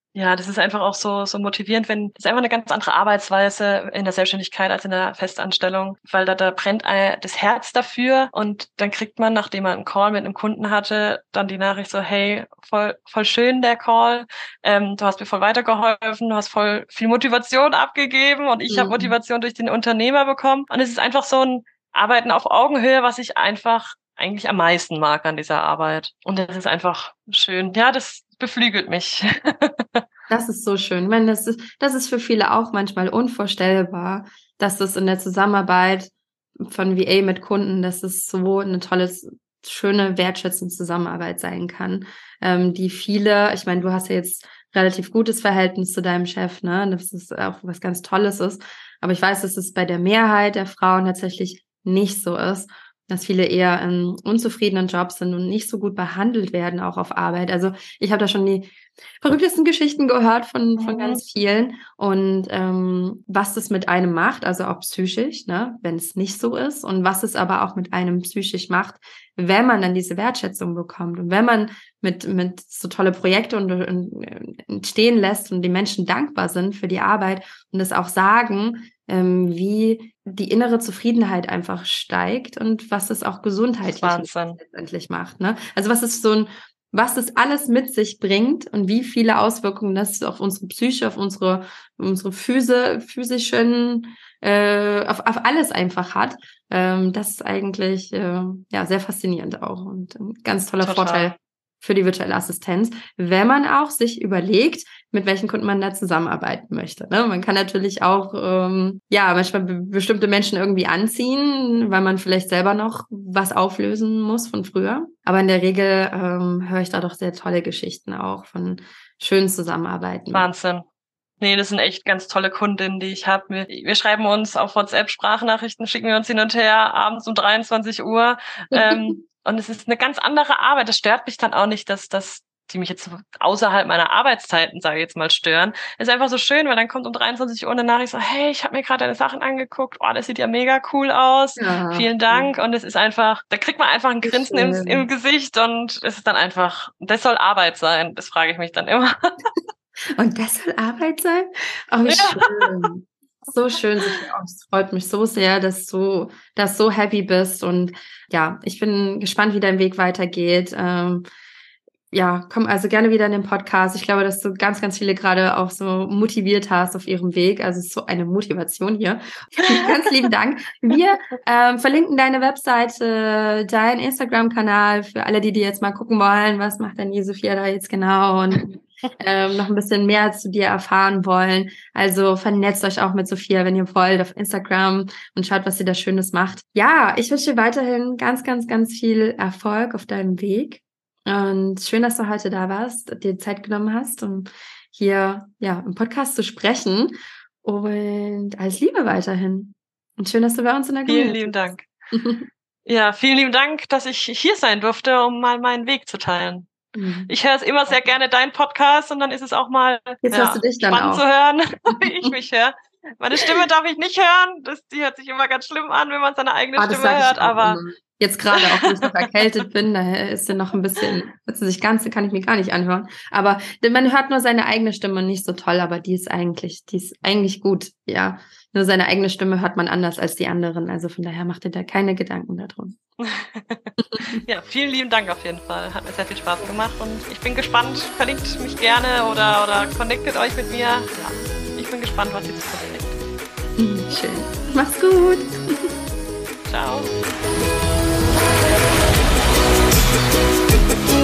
S2: Ja, das ist einfach auch so so motivierend, wenn das ist einfach eine ganz andere Arbeitsweise in der Selbstständigkeit als in der Festanstellung, weil da da brennt ein das Herz dafür und dann kriegt man, nachdem man einen Call mit einem Kunden hatte, dann die Nachricht so: „Hey, voll voll schön der Call. Ähm, du hast mir voll weitergeholfen, du hast voll viel Motivation abgegeben und ich habe
S1: Mhm.
S2: Motivation durch den Unternehmer bekommen.“ Und es ist einfach so ein Arbeiten auf Augenhöhe, was ich einfach eigentlich am meisten mag an dieser Arbeit. Und das ist einfach schön. Ja, das beflügelt mich.
S1: Das ist so schön. Ich meine, das ist, das ist für viele auch manchmal unvorstellbar, dass das in der Zusammenarbeit von V A mit Kunden, dass es so eine tolle, schöne, wertschätzende Zusammenarbeit sein kann, ähm, die viele, ich meine, du hast ja jetzt relativ gutes Verhältnis zu deinem Chef, ne? Das ist auch was ganz Tolles ist. Aber ich weiß, dass es bei der Mehrheit der Frauen tatsächlich nicht so ist, dass viele eher in unzufriedenen Jobs sind und nicht so gut behandelt werden, auch auf Arbeit. Also ich habe da schon die verrücktesten Geschichten gehört von, von
S2: Mhm.
S1: ganz vielen und ähm, was das mit einem macht, also auch psychisch, ne, wenn es nicht so ist und was es aber auch mit einem psychisch macht, wenn man dann diese Wertschätzung bekommt und wenn man mit, mit so tolle Projekte und, und, entstehen lässt und die Menschen dankbar sind für die Arbeit und das auch sagen, ähm, wie die innere Zufriedenheit einfach steigt und was es auch gesundheitlich letztendlich macht. Ne? Also was ist so ein, was das alles mit sich bringt und wie viele Auswirkungen das auf unsere Psyche, auf unsere, unsere Physe, physischen, äh, auf, auf alles einfach hat. Ähm, das ist eigentlich äh, ja sehr faszinierend auch und ein ganz toller
S2: Total.
S1: Vorteil für die virtuelle Assistenz, wenn man auch sich überlegt, mit welchen Kunden man da zusammenarbeiten möchte. Ne? Man kann natürlich auch ähm, ja manchmal be- bestimmte Menschen irgendwie anziehen, weil man vielleicht selber noch was auflösen muss von früher. Aber in der Regel ähm, höre ich da doch sehr tolle Geschichten auch von schönen Zusammenarbeiten.
S2: Wahnsinn. Nee, das sind echt ganz tolle Kundinnen, die ich habe. Wir, wir schreiben uns auf WhatsApp Sprachnachrichten, schicken wir uns hin und her, abends um dreiundzwanzig Uhr. ähm, und es ist eine ganz andere Arbeit. Das stört mich dann auch nicht, dass, dass die mich jetzt außerhalb meiner Arbeitszeiten, sage ich jetzt mal, stören. Es ist einfach so schön, weil dann kommt um dreiundzwanzig Uhr eine Nachricht so, hey, ich habe mir gerade deine Sachen angeguckt. Oh, das sieht ja mega cool aus.
S1: Ja.
S2: Vielen Dank. Und es ist einfach, da kriegt man einfach ein Grinsen im,
S1: Schön.
S2: im Gesicht und es ist dann einfach, das soll Arbeit sein. Das frage ich mich dann immer.
S1: Und das soll Arbeit sein? Oh, wie
S2: Ja.
S1: schön. So schön. Es freut mich so sehr, dass du, dass du so happy bist. Und ja, ich bin gespannt, wie dein Weg weitergeht. Ähm, ja, komm also gerne wieder in den Podcast. Ich glaube, dass du ganz, ganz viele gerade auch so motiviert hast auf ihrem Weg. Also es ist so eine Motivation hier. Ganz lieben Dank. Wir ähm, verlinken deine Webseite, deinen Instagram-Kanal für alle, die dir jetzt mal gucken wollen, was macht denn die Sophia da jetzt genau und ähm, noch ein bisschen mehr zu dir erfahren wollen. Also vernetzt euch auch mit Sophia, wenn ihr wollt, auf Instagram und schaut, was sie da Schönes macht. Ja, ich wünsche dir weiterhin ganz, ganz, ganz viel Erfolg auf deinem Weg. Und schön, dass du heute da warst, dir Zeit genommen hast, um hier ja im Podcast zu sprechen. Und alles Liebe weiterhin. Und schön, dass du bei uns in der
S2: Vielen lieben Dank. Ja, vielen lieben Dank, dass ich hier sein durfte, um mal meinen Weg zu teilen. Mhm. Ich höre es immer sehr gerne, deinen Podcast, und dann ist es auch mal
S1: Jetzt
S2: ja,
S1: hörst du dich dann
S2: spannend
S1: auch.
S2: zu hören, wie ich mich höre. Meine Stimme darf ich nicht hören. Das, die hört sich immer ganz schlimm an, wenn man seine eigene
S1: Ah, das
S2: Stimme
S1: sag ich
S2: hört.
S1: auch
S2: Aber
S1: immer. Jetzt gerade auch, wenn ich noch erkältet bin, da ist sie noch ein bisschen, also sich ganz, kann ich mir gar nicht anhören. Aber man hört nur seine eigene Stimme nicht so toll, aber die ist eigentlich, die ist eigentlich gut, ja. Nur seine eigene Stimme hört man anders als die anderen. Also von daher macht ihr da keine Gedanken darum.
S2: Ja, vielen lieben Dank auf jeden Fall. Hat mir sehr viel Spaß gemacht und ich bin gespannt. Verlinkt mich gerne oder, oder connectet euch mit mir. Ja, ich bin gespannt, was ihr zu bringt.
S1: Schön. Mach's gut.
S2: Ciao.